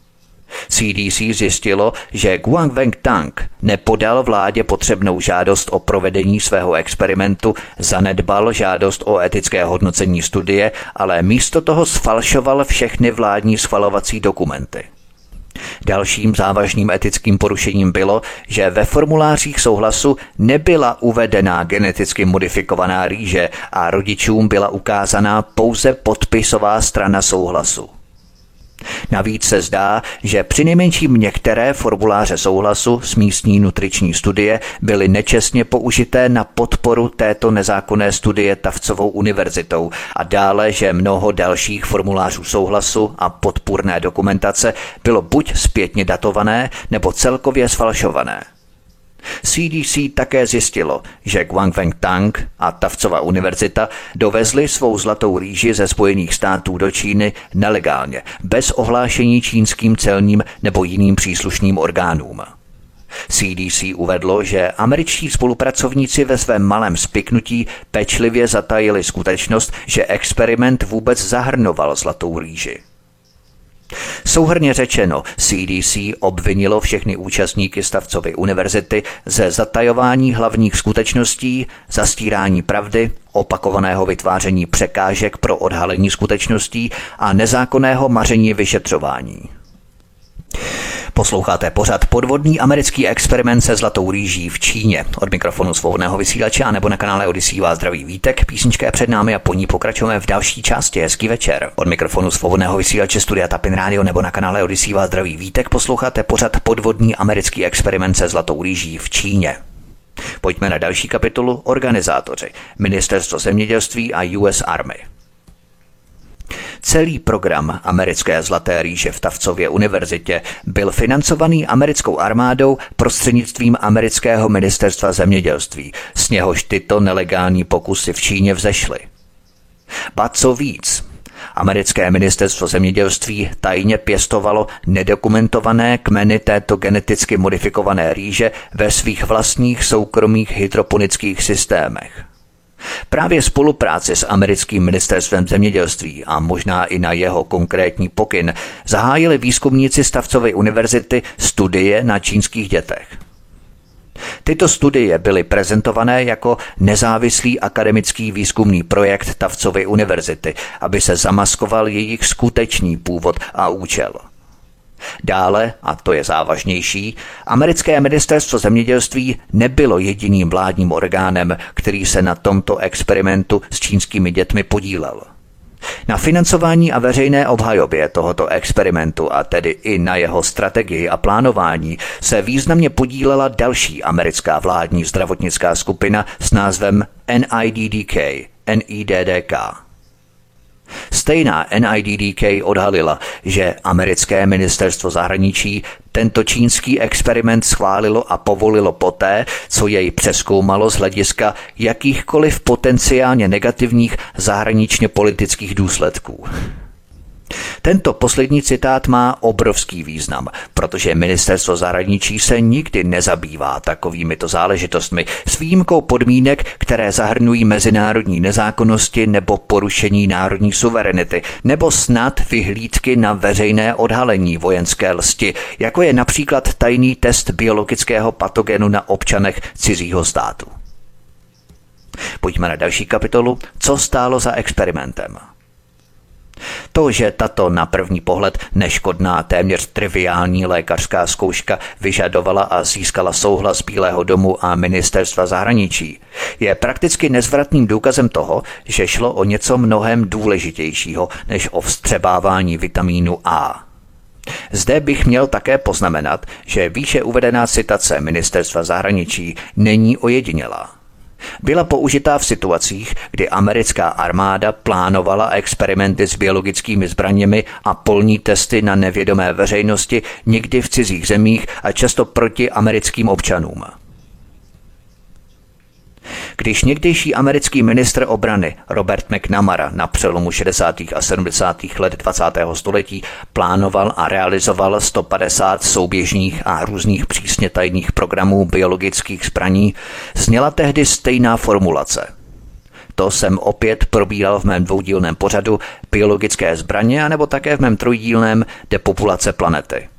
C D C zjistilo, že Guang Wengtang nepodal vládě potřebnou žádost o provedení svého experimentu, zanedbal žádost o etické hodnocení studie, ale místo toho sfalšoval všechny vládní schvalovací dokumenty. Dalším závažným etickým porušením bylo, že ve formulářích souhlasu nebyla uvedená geneticky modifikovaná rýže a rodičům byla ukázaná pouze podpisová strana souhlasu. Navíc se zdá, že přinejmenším některé formuláře souhlasu s místní nutriční studie byly nečestně použité na podporu této nezákonné studie Tuftsovou univerzitou a dále, že mnoho dalších formulářů souhlasu a podpůrné dokumentace bylo buď zpětně datované nebo celkově sfalšované. C D C také zjistilo, že Guang Wengtang a Tuftsova univerzita dovezli svou zlatou rýži ze Spojených států do Číny nelegálně, bez ohlášení čínským celním nebo jiným příslušným orgánům. C D C uvedlo, že američtí spolupracovníci ve svém malém spiknutí pečlivě zatajili skutečnost, že experiment vůbec zahrnoval zlatou rýži. Souhrnně řečeno, C D C obvinilo všechny účastníky Stavcovy univerzity ze zatajování hlavních skutečností, zastírání pravdy, opakovaného vytváření překážek pro odhalení skutečností a nezákonného maření vyšetřování. Posloucháte pořad Podvodný americký experiment se zlatou rýží v Číně. Od mikrofonu svobodného vysílače a nebo na kanále Odyssey vás zdraví Vítek. Písnička je před námi a po ní pokračujeme v další části. Hezký večer. Od mikrofonu svobodného vysílače Studia Tapin Radio nebo na kanále Odyssey vás zdraví Vítek. Posloucháte pořad Podvodný americký experiment se zlatou rýží v Číně. Pojďme na další kapitolu. Organizátoři, Ministerstvo zemědělství a U S Army. Celý program americké Zlaté rýže v Tuftsově univerzitě byl financovaný americkou armádou prostřednictvím amerického ministerstva zemědělství, z něhož tyto nelegální pokusy v Číně vzešly. Ba co víc, americké ministerstvo zemědělství tajně pěstovalo nedokumentované kmeny této geneticky modifikované rýže ve svých vlastních soukromých hydroponických systémech. Právě spolupráci s americkým ministerstvem zemědělství a možná i na jeho konkrétní pokyn zahájili výzkumníci z Tuftsovy univerzity studie na čínských dětech. Tyto studie byly prezentované jako nezávislý akademický výzkumný projekt Tuftsovy univerzity, aby se zamaskoval jejich skutečný původ a účel. Dále, a to je závažnější, americké ministerstvo zemědělství nebylo jediným vládním orgánem, který se na tomto experimentu s čínskými dětmi podílel. Na financování a veřejné obhajobě tohoto experimentu, a tedy i na jeho strategii a plánování, se významně podílela další americká vládní zdravotnická skupina s názvem N I D D K, N I D D K. Stejná N I D D K odhalila, že americké ministerstvo zahraničí tento čínský experiment schválilo a povolilo poté, co jej přezkoumalo z hlediska jakýchkoliv potenciálně negativních zahraničně politických důsledků. Tento poslední citát má obrovský význam, protože ministerstvo zahraničí se nikdy nezabývá takovýmito záležitostmi s výjimkou podmínek, které zahrnují mezinárodní nezákonnosti nebo porušení národní suverenity, nebo snad vyhlídky na veřejné odhalení vojenské lsti, jako je například tajný test biologického patogenu na občanech cizího státu. Pojďme na další kapitolu, co stálo za experimentem. To, že tato na první pohled neškodná, téměř triviální lékařská zkouška vyžadovala a získala souhlas Bílého domu a ministerstva zahraničí, je prakticky nezvratným důkazem toho, že šlo o něco mnohem důležitějšího než o vstřebávání vitamínu A. Zde bych měl také poznamenat, že výše uvedená citace ministerstva zahraničí není ojedinělá. Byla použitá v situacích, kdy americká armáda plánovala experimenty s biologickými zbraněmi a polní testy na nevědomé veřejnosti někdy v cizích zemích a často proti americkým občanům. Když někdejší americký ministr obrany Robert McNamara na přelomu šedesátých a sedmdesátých let dvacátého století plánoval a realizoval sto padesát souběžných a různých přísně tajných programů biologických zbraní, zněla tehdy stejná formulace. To jsem opět probíral v mém dvoudílném pořadu Biologické zbraně anebo také v mém trojdílném Depopulace planety.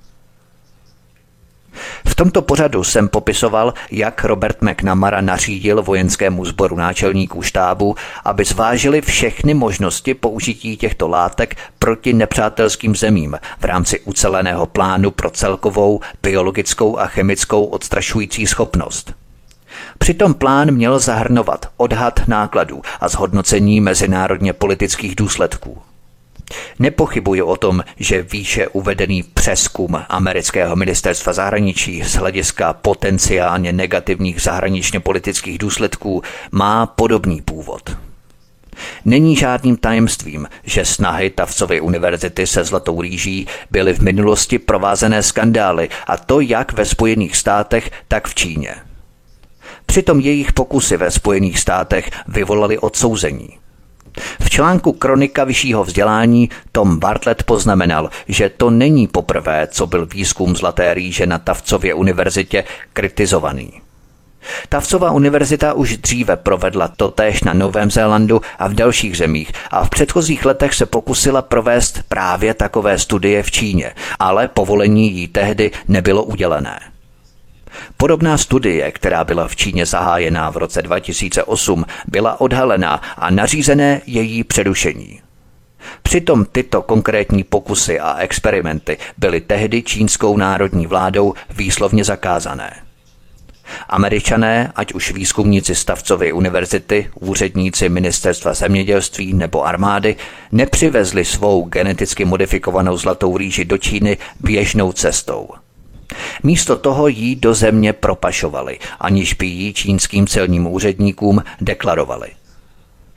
V tomto pořadu jsem popisoval, jak Robert McNamara nařídil vojenskému sboru náčelníků štábu, aby zvážili všechny možnosti použití těchto látek proti nepřátelským zemím v rámci uceleného plánu pro celkovou biologickou a chemickou odstrašující schopnost. Přitom plán měl zahrnovat odhad nákladů a zhodnocení mezinárodně politických důsledků. Nepochybuji o tom, že výše uvedený přezkum amerického ministerstva zahraničí z hlediska potenciálně negativních zahraničně politických důsledků má podobný původ. Není žádným tajemstvím, že snahy Tuftsovy univerzity se Zlatou rýží byly v minulosti provázené skandály, a to jak ve Spojených státech, tak v Číně. Přitom jejich pokusy ve Spojených státech vyvolaly odsouzení. V článku Kronika vyššího vzdělání Tom Bartlett poznamenal, že to není poprvé, co byl výzkum Zlaté rýže na Tuftsově univerzitě kritizovaný. Tuftsova univerzita už dříve provedla totéž na Novém Zélandu a v dalších zemích a v předchozích letech se pokusila provést právě takové studie v Číně, ale povolení jí tehdy nebylo udělené. Podobná studie, která byla v Číně zahájená v roce dva tisíce osm, byla odhalená a nařízené její přerušení. Přitom tyto konkrétní pokusy a experimenty byly tehdy čínskou národní vládou výslovně zakázané. Američané, ať už výzkumníci z Tuftsovy univerzity, úředníci ministerstva zemědělství nebo armády, nepřivezli svou geneticky modifikovanou zlatou rýži do Číny běžnou cestou. Místo toho ji do země propašovali, aniž by ji čínským celním úředníkům deklarovali.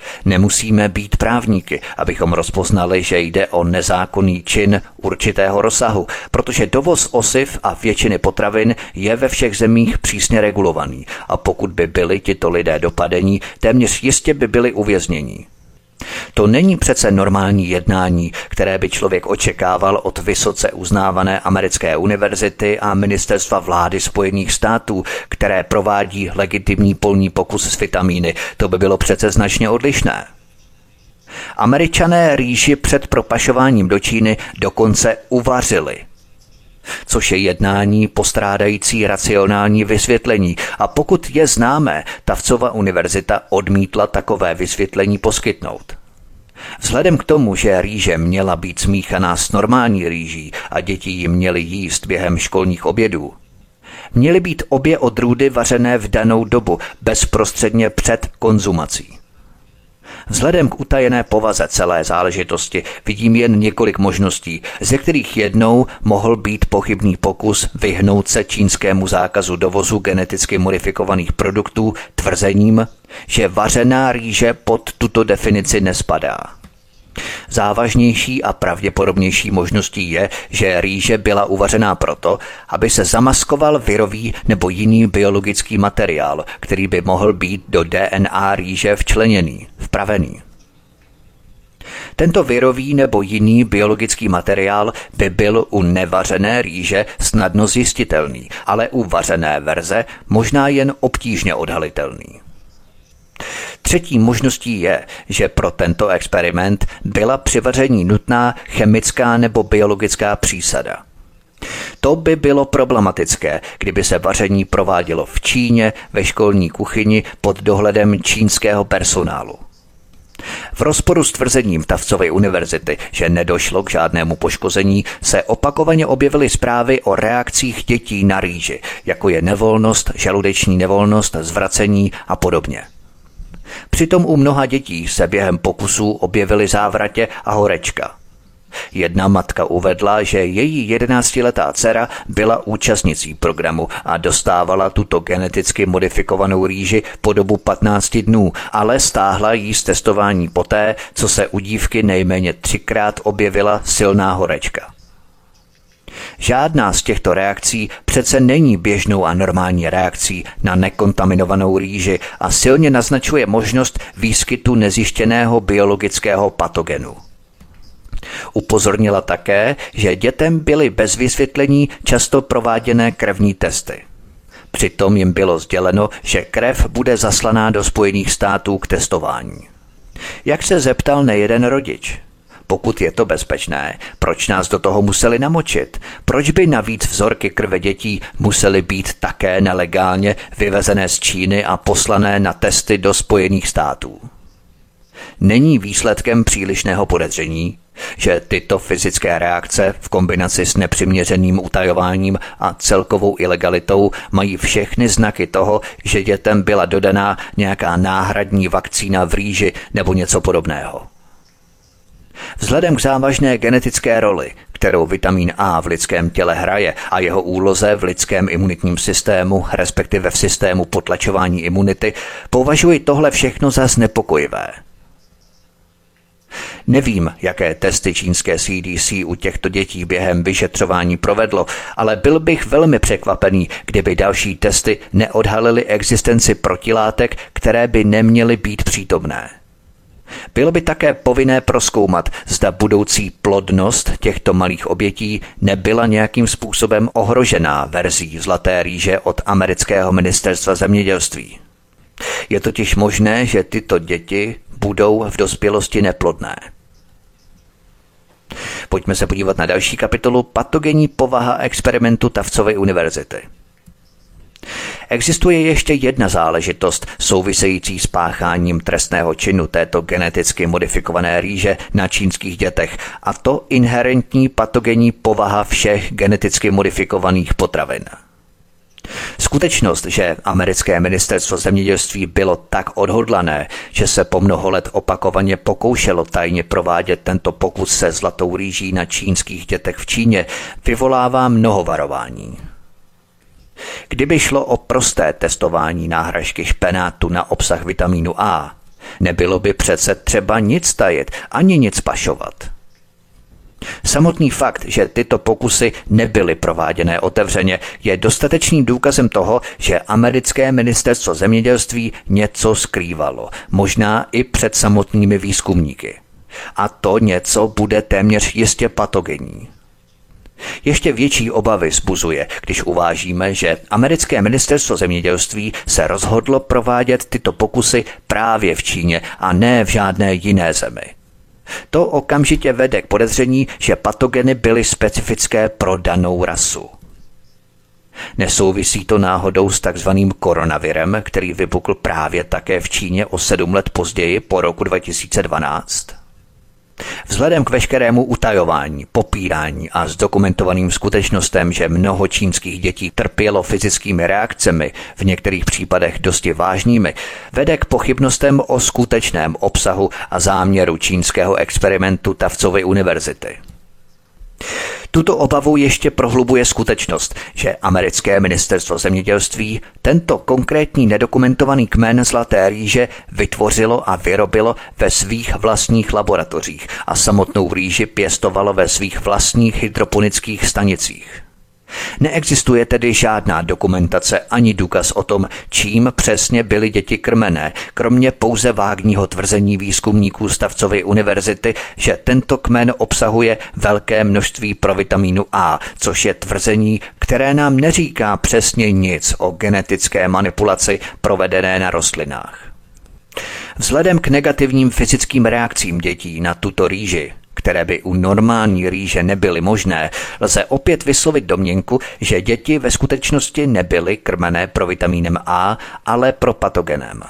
Nemusíme být právníky, abychom rozpoznali, že jde o nezákonný čin určitého rozsahu, protože dovoz osiv a většiny potravin je ve všech zemích přísně regulovaný a pokud by byli tito lidé dopadení, téměř jistě by byli uvězněni. To není přece normální jednání, které by člověk očekával od vysoce uznávané americké univerzity a ministerstva vlády Spojených států, které provádí legitimní polní pokus s vitamíny. To by bylo přece značně odlišné. Američané rýži před propašováním do Číny dokonce uvařili, což je jednání postrádající racionální vysvětlení. A pokud je známé, Tuftsova univerzita odmítla takové vysvětlení poskytnout. Vzhledem k tomu, že rýže měla být smíchaná s normální rýží a děti ji měly jíst během školních obědů, měly být obě odrůdy vařené v danou dobu, bezprostředně před konzumací. Vzhledem k utajené povaze celé záležitosti vidím jen několik možností, ze kterých jednou mohl být pochybný pokus vyhnout se čínskému zákazu dovozu geneticky modifikovaných produktů tvrzením, že vařená rýže pod tuto definici nespadá. Závažnější a pravděpodobnější možností je, že rýže byla uvařená proto, aby se zamaskoval virový nebo jiný biologický materiál, který by mohl být do D N A rýže včleněný, vpravený. Tento virový nebo jiný biologický materiál by byl u nevařené rýže snadno zjistitelný, ale u vařené verze možná jen obtížně odhalitelný. Třetí možností je, že pro tento experiment byla při vaření nutná chemická nebo biologická přísada. To by bylo problematické, kdyby se vaření provádělo v Číně, ve školní kuchyni pod dohledem čínského personálu. V rozporu s tvrzením Tuftsovy univerzity, že nedošlo k žádnému poškození, se opakovaně objevily zprávy o reakcích dětí na rýži, jako je nevolnost, žaludeční nevolnost, zvracení a podobně. Přitom u mnoha dětí se během pokusů objevily závratě a horečka. Jedna matka uvedla, že její jedenáctiletá dcera byla účastnicí programu a dostávala tuto geneticky modifikovanou rýži po dobu patnácti dnů, ale stáhla jí z testování poté, co se u dívky nejméně třikrát objevila silná horečka. Žádná z těchto reakcí přece není běžnou a normální reakcí na nekontaminovanou rýži a silně naznačuje možnost výskytu nezjištěného biologického patogenu. Upozornila také, že dětem byly bez vysvětlení často prováděné krevní testy. Přitom jim bylo sděleno, že krev bude zaslaná do Spojených států k testování. Jak se zeptal nejeden rodič? Pokud je to bezpečné, proč nás do toho museli namočit? Proč by navíc vzorky krve dětí musely být také nelegálně vyvezené z Číny a poslané na testy do Spojených států? Není výsledkem přílišného podezření, že tyto fyzické reakce v kombinaci s nepřiměřeným utajováním a celkovou ilegalitou mají všechny znaky toho, že dětem byla dodaná nějaká náhradní vakcína v rýži nebo něco podobného. Vzhledem k závažné genetické roli, kterou vitamin A v lidském těle hraje a jeho úloze v lidském imunitním systému, respektive v systému potlačování imunity, považuji tohle všechno za znepokojivé. Nevím, jaké testy čínské C D C u těchto dětí během vyšetřování provedlo, ale byl bych velmi překvapený, kdyby další testy neodhalily existenci protilátek, které by neměly být přítomné. Bylo by také povinné prozkoumat, zda budoucí plodnost těchto malých obětí nebyla nějakým způsobem ohrožená verzí zlaté rýže od amerického ministerstva zemědělství. Je totiž možné, že tyto děti budou v dospělosti neplodné. Pojďme se podívat na další kapitolu Patogenní povaha experimentu Tuftsovy univerzity. Existuje ještě jedna záležitost související s pácháním trestného činu této geneticky modifikované rýže na čínských dětech, a to inherentní patogenní povaha všech geneticky modifikovaných potravin. Skutečnost, že americké ministerstvo zemědělství bylo tak odhodlané, že se po mnoho let opakovaně pokoušelo tajně provádět tento pokus se zlatou rýží na čínských dětech v Číně, vyvolává mnoho varování. Kdyby šlo o prosté testování náhražky špenátu na obsah vitamínu A, Nebylo by přece třeba nic tajit, ani nic pašovat. Samotný fakt, že tyto pokusy nebyly prováděné otevřeně, je dostatečným důkazem toho, že americké ministerstvo zemědělství něco skrývalo, možná i před samotnými výzkumníky. A to něco bude téměř jistě patogenní. Ještě větší obavy vzbuzuje, když uvážíme, že americké ministerstvo zemědělství se rozhodlo provádět tyto pokusy právě v Číně a ne v žádné jiné zemi. To okamžitě vede k podezření, že patogeny byly specifické pro danou rasu. Nesouvisí to náhodou s takzvaným koronavirem, který vypukl právě také v Číně o sedm let později po roku dva tisíce dvanáct? Vzhledem k veškerému utajování, popírání a zdokumentovaným skutečnostem, že mnoho čínských dětí trpělo fyzickými reakcemi, v některých případech dosti vážnými, vede k pochybnostem o skutečném obsahu a záměru čínského experimentu Tuftsovy univerzity. Tuto obavu ještě prohlubuje skutečnost, že americké ministerstvo zemědělství tento konkrétní nedokumentovaný kmen zlaté rýže vytvořilo a vyrobilo ve svých vlastních laboratořích a samotnou rýži pěstovalo ve svých vlastních hydroponických stanicích. Neexistuje tedy žádná dokumentace ani důkaz o tom, čím přesně byly děti krmené, kromě pouze vágního tvrzení výzkumníků z Tuftsovy univerzity, že tento kmen obsahuje velké množství provitamínu A, což je tvrzení, které nám neříká přesně nic o genetické manipulaci provedené na rostlinách. Vzhledem k negativním fyzickým reakcím dětí na tuto rýži, které by u normální rýže nebyly možné, lze opět vyslovit domněnku, že děti ve skutečnosti nebyly krmené provitamínem A, ale pro patogenem.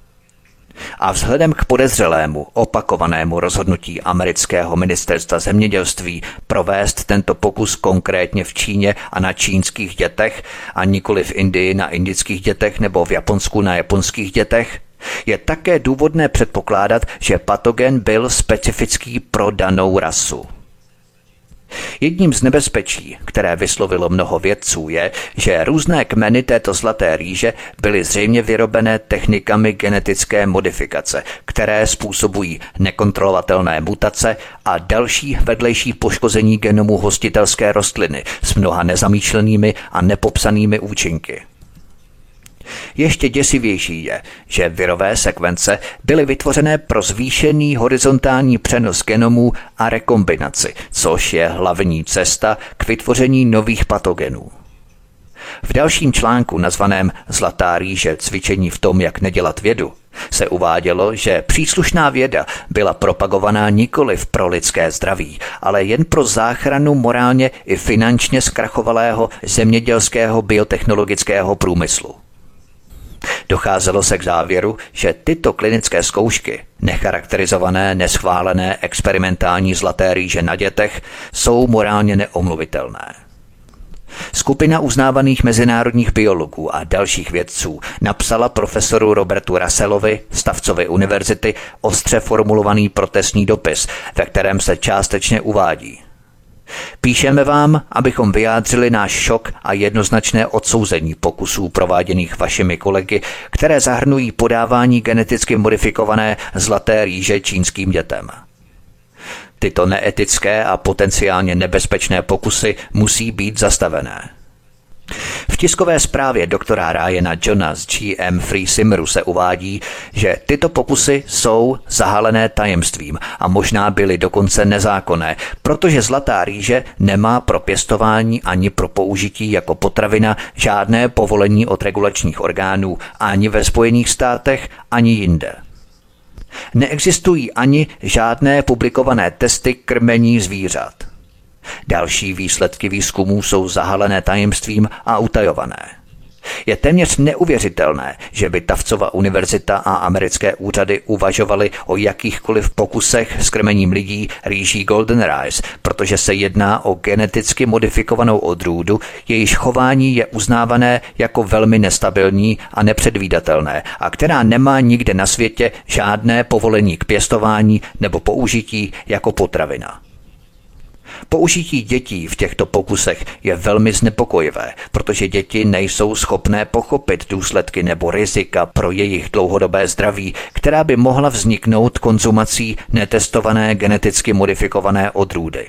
A vzhledem k podezřelému, opakovanému rozhodnutí amerického ministerstva zemědělství provést tento pokus konkrétně v Číně a na čínských dětech a nikoli v Indii na indických dětech nebo v Japonsku na japonských dětech, je také důvodné předpokládat, že patogen byl specifický pro danou rasu. Jedním z nebezpečí, které vyslovilo mnoho vědců, je, že různé kmeny této zlaté rýže byly zřejmě vyrobené technikami genetické modifikace, které způsobují nekontrolovatelné mutace a další vedlejší poškození genomu hostitelské rostliny s mnoha nezamýšlenými a nepopsanými účinky. Ještě děsivější je, že virové sekvence byly vytvořené pro zvýšený horizontální přenos genomů a rekombinaci, což je hlavní cesta k vytvoření nových patogenů. V dalším článku nazvaném Zlatá rýže cvičení v tom, jak nedělat vědu, se uvádělo, že příslušná věda byla propagovaná nikoliv pro lidské zdraví, ale jen pro záchranu morálně i finančně zkrachovalého zemědělského biotechnologického průmyslu. Docházelo se k závěru, že tyto klinické zkoušky, necharakterizované, neschválené experimentální zlaté rýže na dětech, jsou morálně neomluvitelné. Skupina uznávaných mezinárodních biologů a dalších vědců napsala profesoru Robertu Russellovi z Tuftsovy univerzity ostře formulovaný protestní dopis, ve kterém se částečně uvádí: Píšeme vám, abychom vyjádřili náš šok a jednoznačné odsouzení pokusů prováděných vašimi kolegy, které zahrnují podávání geneticky modifikované zlaté rýže čínským dětem. Tyto neetické a potenciálně nebezpečné pokusy musí být zastavené. V tiskové zprávě doktora Ryana Johna z G M Free Simmeru se uvádí, že tyto pokusy jsou zahalené tajemstvím a možná byly dokonce nezákonné, protože zlatá rýže nemá pro pěstování ani pro použití jako potravina žádné povolení od regulačních orgánů ani ve Spojených státech, ani jinde. Neexistují ani žádné publikované testy krmení zvířat. Další výsledky výzkumů jsou zahalené tajemstvím a utajované. Je téměř neuvěřitelné, že by Tuftsova univerzita a americké úřady uvažovaly o jakýchkoliv pokusech s krmením lidí rýží Golden Rice, protože se jedná o geneticky modifikovanou odrůdu, jejíž chování je uznávané jako velmi nestabilní a nepředvídatelné a která nemá nikde na světě žádné povolení k pěstování nebo použití jako potravina. Použití dětí v těchto pokusech je velmi znepokojivé, protože děti nejsou schopné pochopit důsledky nebo rizika pro jejich dlouhodobé zdraví, která by mohla vzniknout konzumací netestované geneticky modifikované odrůdy.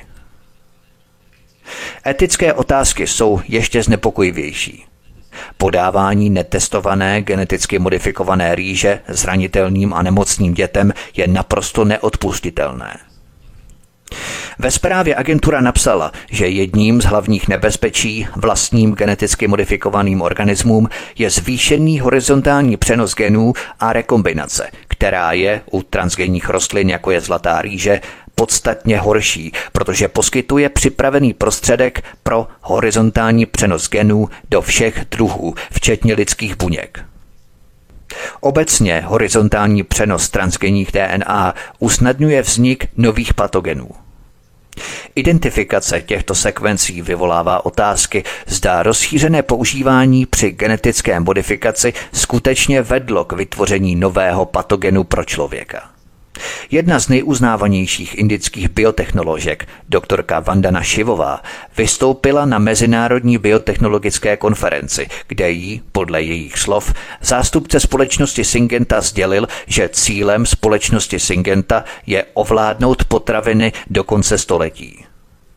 Etické otázky jsou ještě znepokojivější. Podávání netestované geneticky modifikované rýže zranitelným a nemocným dětem je naprosto neodpustitelné. Ve zprávě agentura napsala, že jedním z hlavních nebezpečí vlastním geneticky modifikovaným organismům je zvýšený horizontální přenos genů a rekombinace, která je u transgenních rostlin, jako je zlatá rýže, podstatně horší, protože poskytuje připravený prostředek pro horizontální přenos genů do všech druhů, včetně lidských buněk. Obecně horizontální přenos transgenních D N A usnadňuje vznik nových patogenů. Identifikace těchto sekvencí vyvolává otázky, zda rozšířené používání při genetické modifikaci skutečně vedlo k vytvoření nového patogenu pro člověka. Jedna z nejuznávanějších indických biotechnoložek, doktorka Vandana Shivová, vystoupila na Mezinárodní biotechnologické konferenci, kde jí, podle jejich slov, zástupce společnosti Syngenta sdělil, že cílem společnosti Syngenta je ovládnout potraviny do konce století.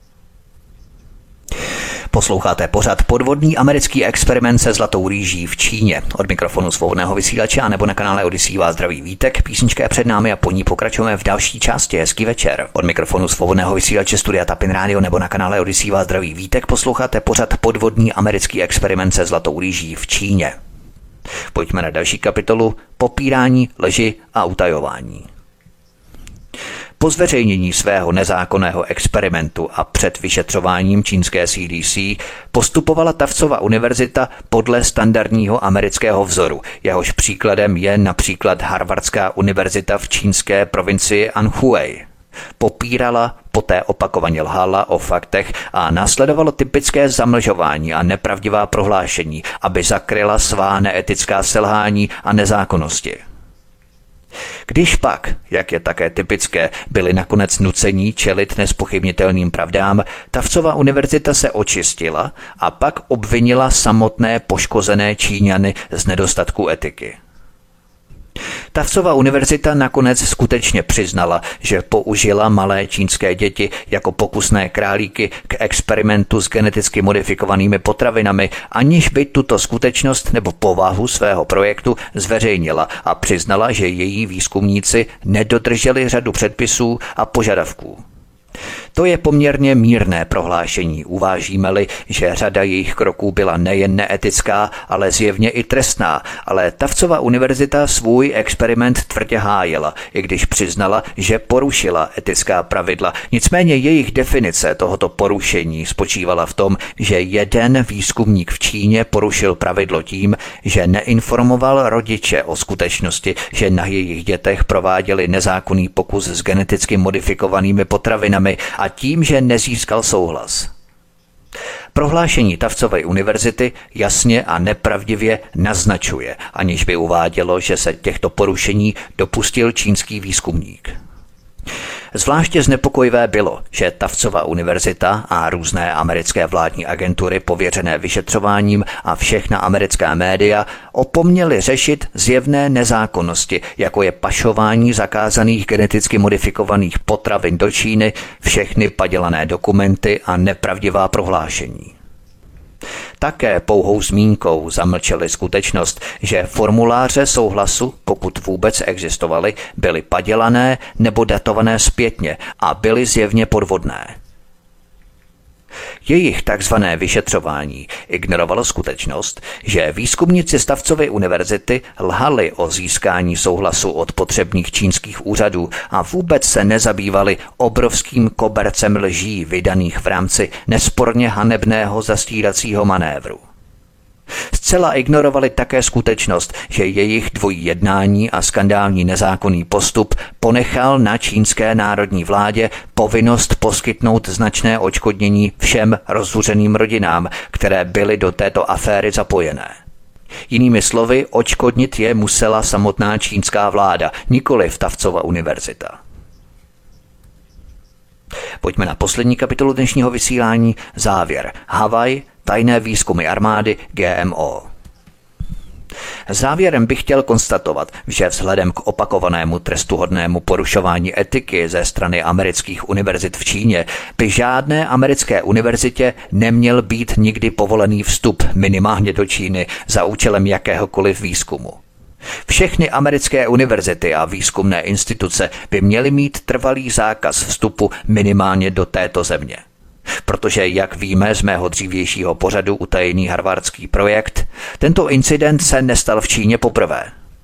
Posloucháte pořad Podvodný americký experiment se zlatou rýží v Číně. Od mikrofonu svobodného vysílače a nebo na kanále Odyssey vás zdraví Vítek. Písnička je před námi a po ní pokračujeme v další části. Hezký večer. Od mikrofonu svobodného vysílače Studia Tapin Radio nebo na kanále Odyssey vás zdraví Vítek. Posloucháte pořad Podvodný americký experiment se zlatou rýží v Číně. Pojďme na další kapitolu Popírání, lži a utajování. Po zveřejnění svého nezákonného experimentu a před vyšetřováním čínské C D C postupovala Tuftsova univerzita podle standardního amerického vzoru. Jehož příkladem je například Harvardská univerzita v čínské provincii Anhui. Popírala, poté opakovaně lhala o faktech a následovalo typické zamlžování a nepravdivá prohlášení, aby zakryla svá neetická selhání a nezákonnosti. Když pak, jak je také typické, byli nakonec nucení čelit nespochybnitelným pravdám, Tuftsova univerzita se očistila a pak obvinila samotné poškozené Číňany z nedostatku etiky. Tuftsova univerzita nakonec skutečně přiznala, že použila malé čínské děti jako pokusné králíky k experimentu s geneticky modifikovanými potravinami, aniž by tuto skutečnost nebo povahu svého projektu zveřejnila a přiznala, že její výzkumníci nedodrželi řadu předpisů a požadavků. To je poměrně mírné prohlášení, uvážíme-li, že řada jejich kroků byla nejen neetická, ale zjevně i trestná, ale Tuftsova univerzita svůj experiment tvrdě hájila, i když přiznala, že porušila etická pravidla. Nicméně jejich definice tohoto porušení spočívala v tom, že jeden výzkumník v Číně porušil pravidlo tím, že neinformoval rodiče o skutečnosti, že na jejich dětech prováděli nezákonný pokus s geneticky modifikovanými potravinami a tím, že nezískal souhlas. Prohlášení Tuftsovy univerzity jasně a nepravdivě naznačuje, aniž by uvádělo, že se těchto porušení dopustil čínský výzkumník. Zvláště znepokojivé bylo, že Tuftsova univerzita a různé americké vládní agentury pověřené vyšetřováním a všechna americká média opomněly řešit zjevné nezákonnosti, jako je pašování zakázaných geneticky modifikovaných potravin do Číny, všechny padělané dokumenty a nepravdivá prohlášení. Také pouhou zmínkou zamlčeli skutečnost, že formuláře souhlasu, pokud vůbec existovaly, byly padělané nebo datované zpětně a byly zjevně podvodné. Jejich takzvané vyšetřování ignorovalo skutečnost, že výzkumníci z Tuftsovy univerzity lhali o získání souhlasu od potřebných čínských úřadů a vůbec se nezabývali obrovským kobercem lží vydaných v rámci nesporně hanebného zastíracího manévru. Zcela ignorovali také skutečnost, že jejich dvojí jednání a skandální nezákonný postup ponechal na čínské národní vládě povinnost poskytnout značné odškodnění všem rozzuřeným rodinám, které byly do této aféry zapojené. Jinými slovy, odškodnit je musela samotná čínská vláda, nikoliv Tuftsova univerzita. Pojďme na poslední kapitolu dnešního vysílání, závěr. Havaj, tajné výzkumy armády G M O. Závěrem bych chtěl konstatovat, že vzhledem k opakovanému trestuhodnému porušování etiky ze strany amerických univerzit v Číně by žádné americké univerzitě neměl být nikdy povolený vstup minimálně do Číny za účelem jakéhokoliv výzkumu. Všechny americké univerzity a výzkumné instituce by měly mít trvalý zákaz vstupu minimálně do této země. Protože, jak víme z mého dřívějšího pořadu Utajený harvardský projekt, tento incident se nestal v Číně poprvé.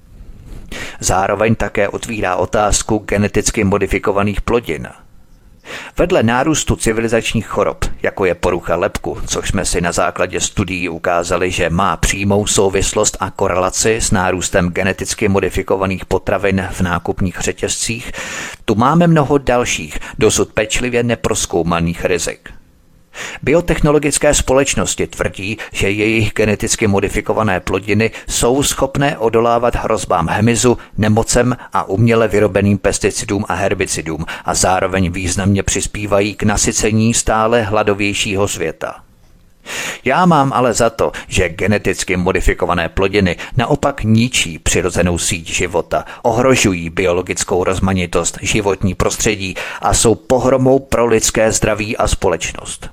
Zároveň také otvírá otázku geneticky modifikovaných plodin. Vedle nárůstu civilizačních chorob, jako je porucha lepku, což jsme si na základě studií ukázali, že má přímou souvislost a korelaci s nárůstem geneticky modifikovaných potravin v nákupních řetězcích, tu máme mnoho dalších, dosud pečlivě neprozkoumaných rizik. Biotechnologické společnosti tvrdí, že jejich geneticky modifikované plodiny jsou schopné odolávat hrozbám hmyzu, nemocem a uměle vyrobeným pesticidům a herbicidům a zároveň významně přispívají k nasycení stále hladovějšího světa. Já mám ale za to, že geneticky modifikované plodiny naopak ničí přirozenou síť života, ohrožují biologickou rozmanitost, životní prostředí a jsou pohromou pro lidské zdraví a společnost.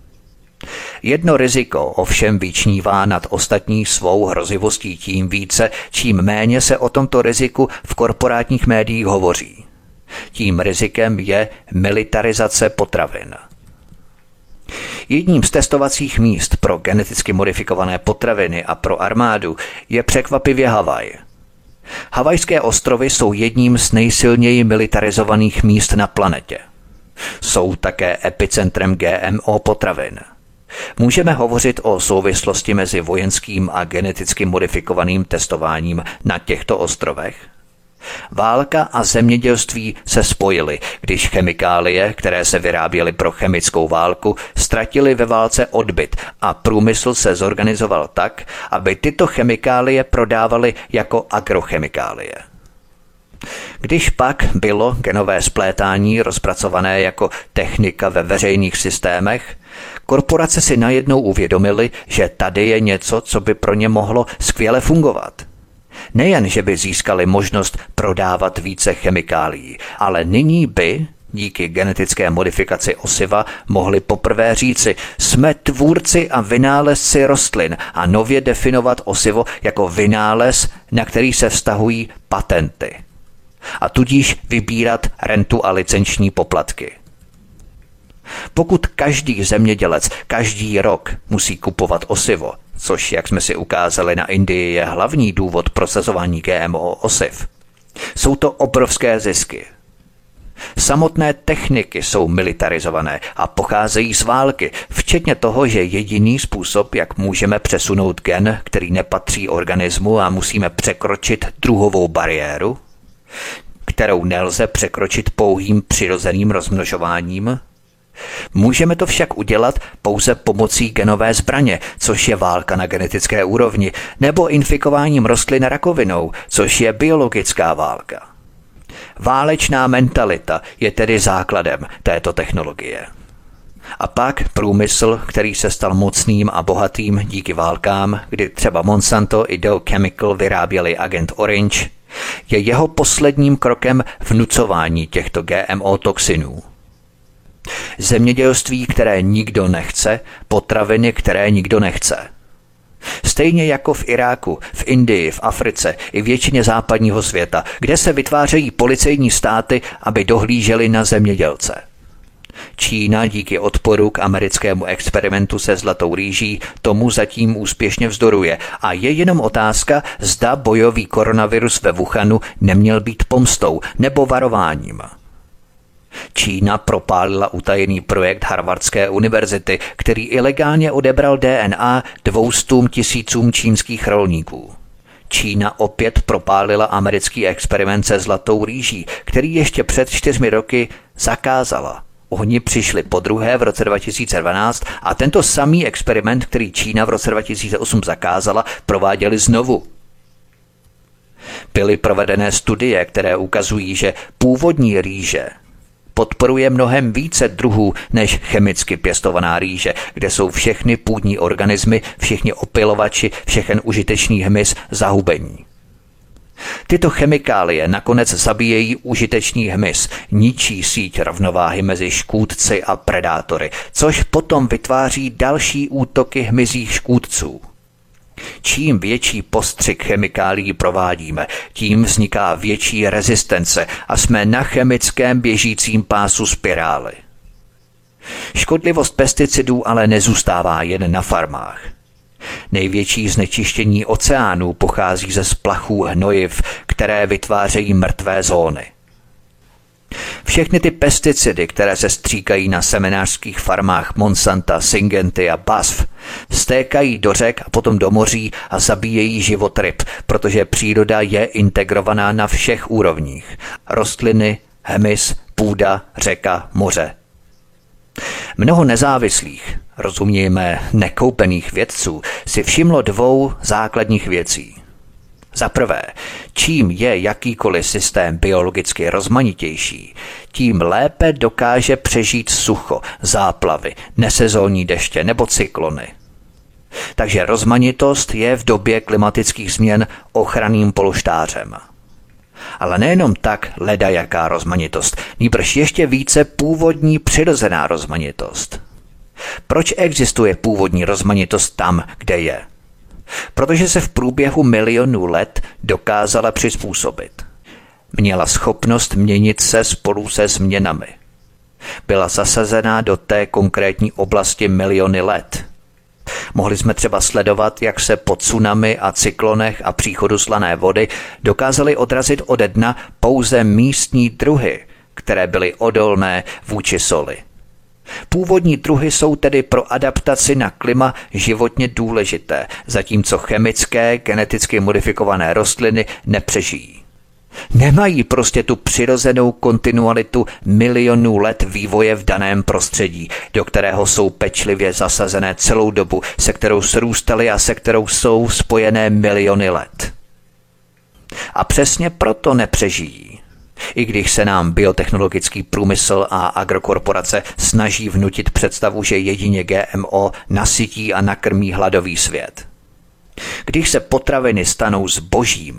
Jedno riziko ovšem vyčnívá nad ostatní svou hrozivostí tím více, čím méně se o tomto riziku v korporátních médiích hovoří. Tím rizikem je militarizace potravin. Jedním z testovacích míst pro geneticky modifikované potraviny a pro armádu je překvapivě Havaj. Havajské ostrovy jsou jedním z nejsilněji militarizovaných míst na planetě. Jsou také epicentrem G M O potravin. Můžeme hovořit o souvislosti mezi vojenským a geneticky modifikovaným testováním na těchto ostrovech? Válka a zemědělství se spojily, když chemikálie, které se vyráběly pro chemickou válku, ztratily ve válce odbyt a průmysl se zorganizoval tak, aby tyto chemikálie prodávaly jako agrochemikálie. Když pak bylo genové splétání rozpracované jako technika ve veřejných systémech, korporace si najednou uvědomily, že tady je něco, co by pro ně mohlo skvěle fungovat. Nejen, že by získali možnost prodávat více chemikálií, ale nyní by, díky genetické modifikaci osiva, mohli poprvé říci, jsme tvůrci a vynálezci rostlin a nově definovat osivo jako vynález, na který se vztahují patenty. A tudíž vybírat rentu a licenční poplatky. Pokud každý zemědělec každý rok musí kupovat osivo, což, jak jsme si ukázali na Indii, je hlavní důvod prosazování G M O osiv, jsou to obrovské zisky. Samotné techniky jsou militarizované a pocházejí z války, včetně toho, že jediný způsob, jak můžeme přesunout gen, který nepatří organismu a musíme překročit druhovou bariéru, kterou nelze překročit pouhým přirozeným rozmnožováním, můžeme to však udělat pouze pomocí genové zbraně, což je válka na genetické úrovni, nebo infikováním rostlin rakovinou, což je biologická válka. Válečná mentalita je tedy základem této technologie. A pak průmysl, který se stal mocným a bohatým díky válkám, kdy třeba Monsanto i Dow Chemical vyráběli Agent Orange, je jeho posledním krokem vnucování těchto G M O toxinů. Zemědělství, které nikdo nechce, potraviny, které nikdo nechce. Stejně jako v Iráku, v Indii, v Africe i většině západního světa, kde se vytvářejí policejní státy, aby dohlíželi na zemědělce. Čína díky odporu k americkému experimentu se zlatou rýží tomu zatím úspěšně vzdoruje a je jenom otázka, zda bojový koronavirus ve Wuhanu neměl být pomstou nebo varováním. Čína propálila utajený projekt Harvardské univerzity, který ilegálně odebral D N A dvoustům tisícům čínských rolníků. Čína opět propálila americký experiment se zlatou rýží, který ještě před čtyřmi roky zakázala. Oni přišli podruhé v roce dva tisíce dvanáct a tento samý experiment, který Čína v roce dva tisíce osm zakázala, prováděli znovu. Byly provedené studie, které ukazují, že původní rýže podporuje mnohem více druhů než chemicky pěstovaná rýže, kde jsou všechny půdní organismy, všichni opylovači, všechen užitečný hmyz zahubení. Tyto chemikálie nakonec zabíjejí užitečný hmyz, ničí síť rovnováhy mezi škůdci a predátory, což potom vytváří další útoky hmyzích škůdců. Čím větší postřik chemikálií provádíme, tím vzniká větší rezistence a jsme na chemickém běžícím pásu spirály. Škodlivost pesticidů ale nezůstává jen na farmách. Největší znečištění oceánů pochází ze splachů hnojiv, které vytvářejí mrtvé zóny. Všechny ty pesticidy, které se stříkají na seminářských farmách Monsanta, Syngenty a B A S F, stékají do řek a potom do moří a zabíjejí život ryb, protože příroda je integrovaná na všech úrovních. Rostliny, hmyz, půda, řeka, moře. Mnoho nezávislých, rozumějme nekoupených vědců, si všimlo dvou základních věcí. Za prvé, čím je jakýkoliv systém biologicky rozmanitější, tím lépe dokáže přežít sucho, záplavy, nesezónní deště nebo cyklony. Takže rozmanitost je v době klimatických změn ochranným polštářem. Ale nejenom tak ledajaká rozmanitost, nýbrž ještě více původní přirozená rozmanitost. Proč existuje původní rozmanitost tam, kde je? Protože se v průběhu milionů let dokázala přizpůsobit. Měla schopnost měnit se spolu se změnami. Byla zasazená do té konkrétní oblasti miliony let. Mohli jsme třeba sledovat, jak se po tsunami a cyklonech a příchodu slané vody dokázaly odrazit ode dna pouze místní druhy, které byly odolné vůči soli. Původní druhy jsou tedy pro adaptaci na klima životně důležité, zatímco chemické, geneticky modifikované rostliny nepřežijí. Nemají prostě tu přirozenou kontinualitu milionů let vývoje v daném prostředí, do kterého jsou pečlivě zasazené celou dobu, se kterou srůstaly a se kterou jsou spojené miliony let. A přesně proto nepřežijí. I když se nám biotechnologický průmysl a agrokorporace snaží vnutit představu, že jedině G M O nasytí a nakrmí hladový svět. Když se potraviny stanou zbožím,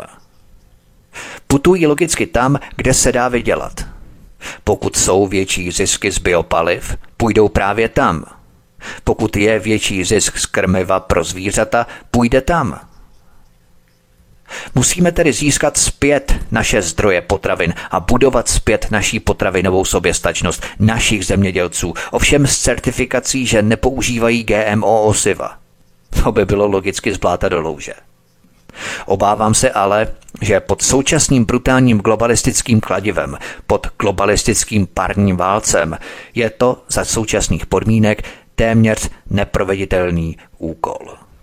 putují logicky tam, kde se dá vydělat. Pokud jsou větší zisky z biopaliv, půjdou právě tam. Pokud je větší zisk z krmiva pro zvířata, půjde tam. Musíme tedy získat zpět naše zdroje potravin a budovat zpět naší potravinovou soběstačnost našich zemědělců, ovšem s certifikací, že nepoužívají G M O osiva. To by bylo logicky z bláta do louže. Obávám se ale, že pod současným brutálním globalistickým kladivem, pod globalistickým parním válcem, je to za současných podmínek téměř neproveditelný úkol.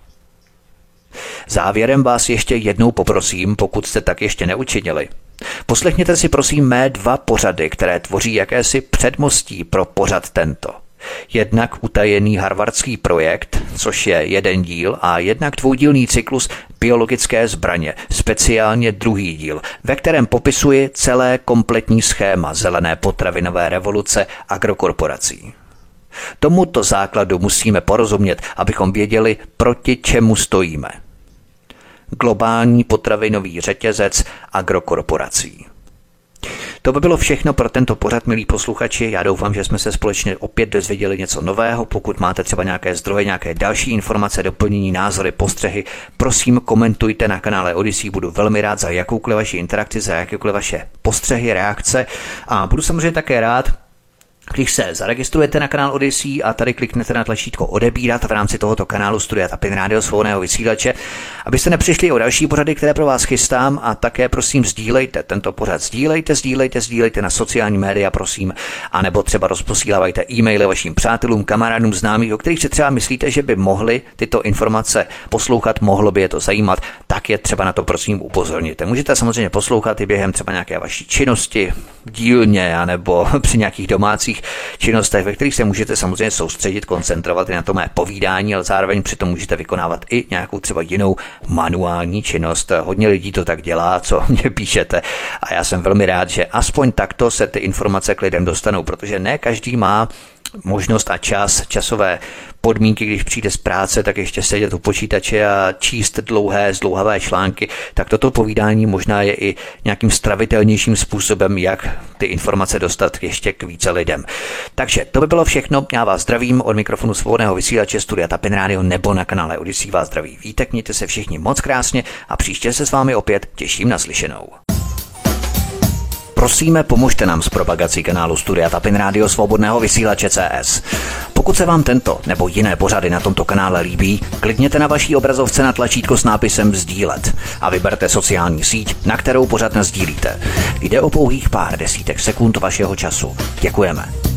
Závěrem vás ještě jednou poprosím, pokud jste tak ještě neučinili. Poslechněte si prosím mé dva pořady, které tvoří jakési předmostí pro pořad tento. Jednak utajený harvardský projekt, což je jeden díl, a jednak dvoudílný cyklus biologické zbraně, speciálně druhý díl, ve kterém popisuji celé kompletní schéma zelené potravinové revoluce agrokorporací. Tomuto základu musíme porozumět, abychom věděli, proti čemu stojíme. Globální potravinový řetězec agrokorporací. To by bylo všechno pro tento pořad, milí posluchači. Já doufám, že jsme se společně opět dozvěděli něco nového. Pokud máte třeba nějaké zdroje, nějaké další informace, doplnění, názory, postřehy, prosím komentujte na kanále Odyssey. Budu velmi rád za jakoukoliv vaši interakci, za jakékoliv vaše postřehy, reakce a budu samozřejmě také rád, když se zaregistrujete na kanál Odyssey a tady kliknete na tlačítko odebírat v rámci tohoto kanálu Studia Tapin Rádio svobodného vysílače, abyste nepřišli o další pořady, které pro vás chystám, a také prosím sdílejte tento pořad. Sdílejte, sdílejte, sdílejte na sociální média, prosím, anebo třeba rozposílávajte e-maily vašim přátelům, kamarádům, známým, o kterých si třeba myslíte, že by mohli tyto informace poslouchat, mohlo by je to zajímat, tak je třeba na to prosím upozorněte. Můžete samozřejmě poslouchat i během třeba nějaké vaší činnosti, dílně, anebo při nějakých domácích dalších činnostech, ve kterých se můžete samozřejmě soustředit, koncentrovat i na to mé povídání, ale zároveň přitom můžete vykonávat i nějakou třeba jinou manuální činnost. Hodně lidí to tak dělá, co mě píšete, a já jsem velmi rád, že aspoň takto se ty informace k lidem dostanou, protože ne každý má možnost a čas, časové podmínky, když přijde z práce, tak ještě sedět u počítače a číst dlouhé, zdlouhavé články, tak toto povídání možná je i nějakým stravitelnějším způsobem, jak ty informace dostat ještě k více lidem. Takže to by bylo všechno. Já vás zdravím od mikrofonu svobodného vysílače Studia Tapin Radio nebo na kanále Odyssey vás zdraví Vítek. Mějte se všichni moc krásně a příště se s vámi opět těším na slyšenou. Prosíme, pomožte nám s propagací kanálu Studia Tapin Radio Svobodného vysílače C S. Pokud se vám tento nebo jiné pořady na tomto kanále líbí, klikněte na vaší obrazovce na tlačítko s nápisem sdílet a vyberte sociální síť, na kterou pořad nasdílíte. Jde o pouhých pár desítek sekund vašeho času. Děkujeme.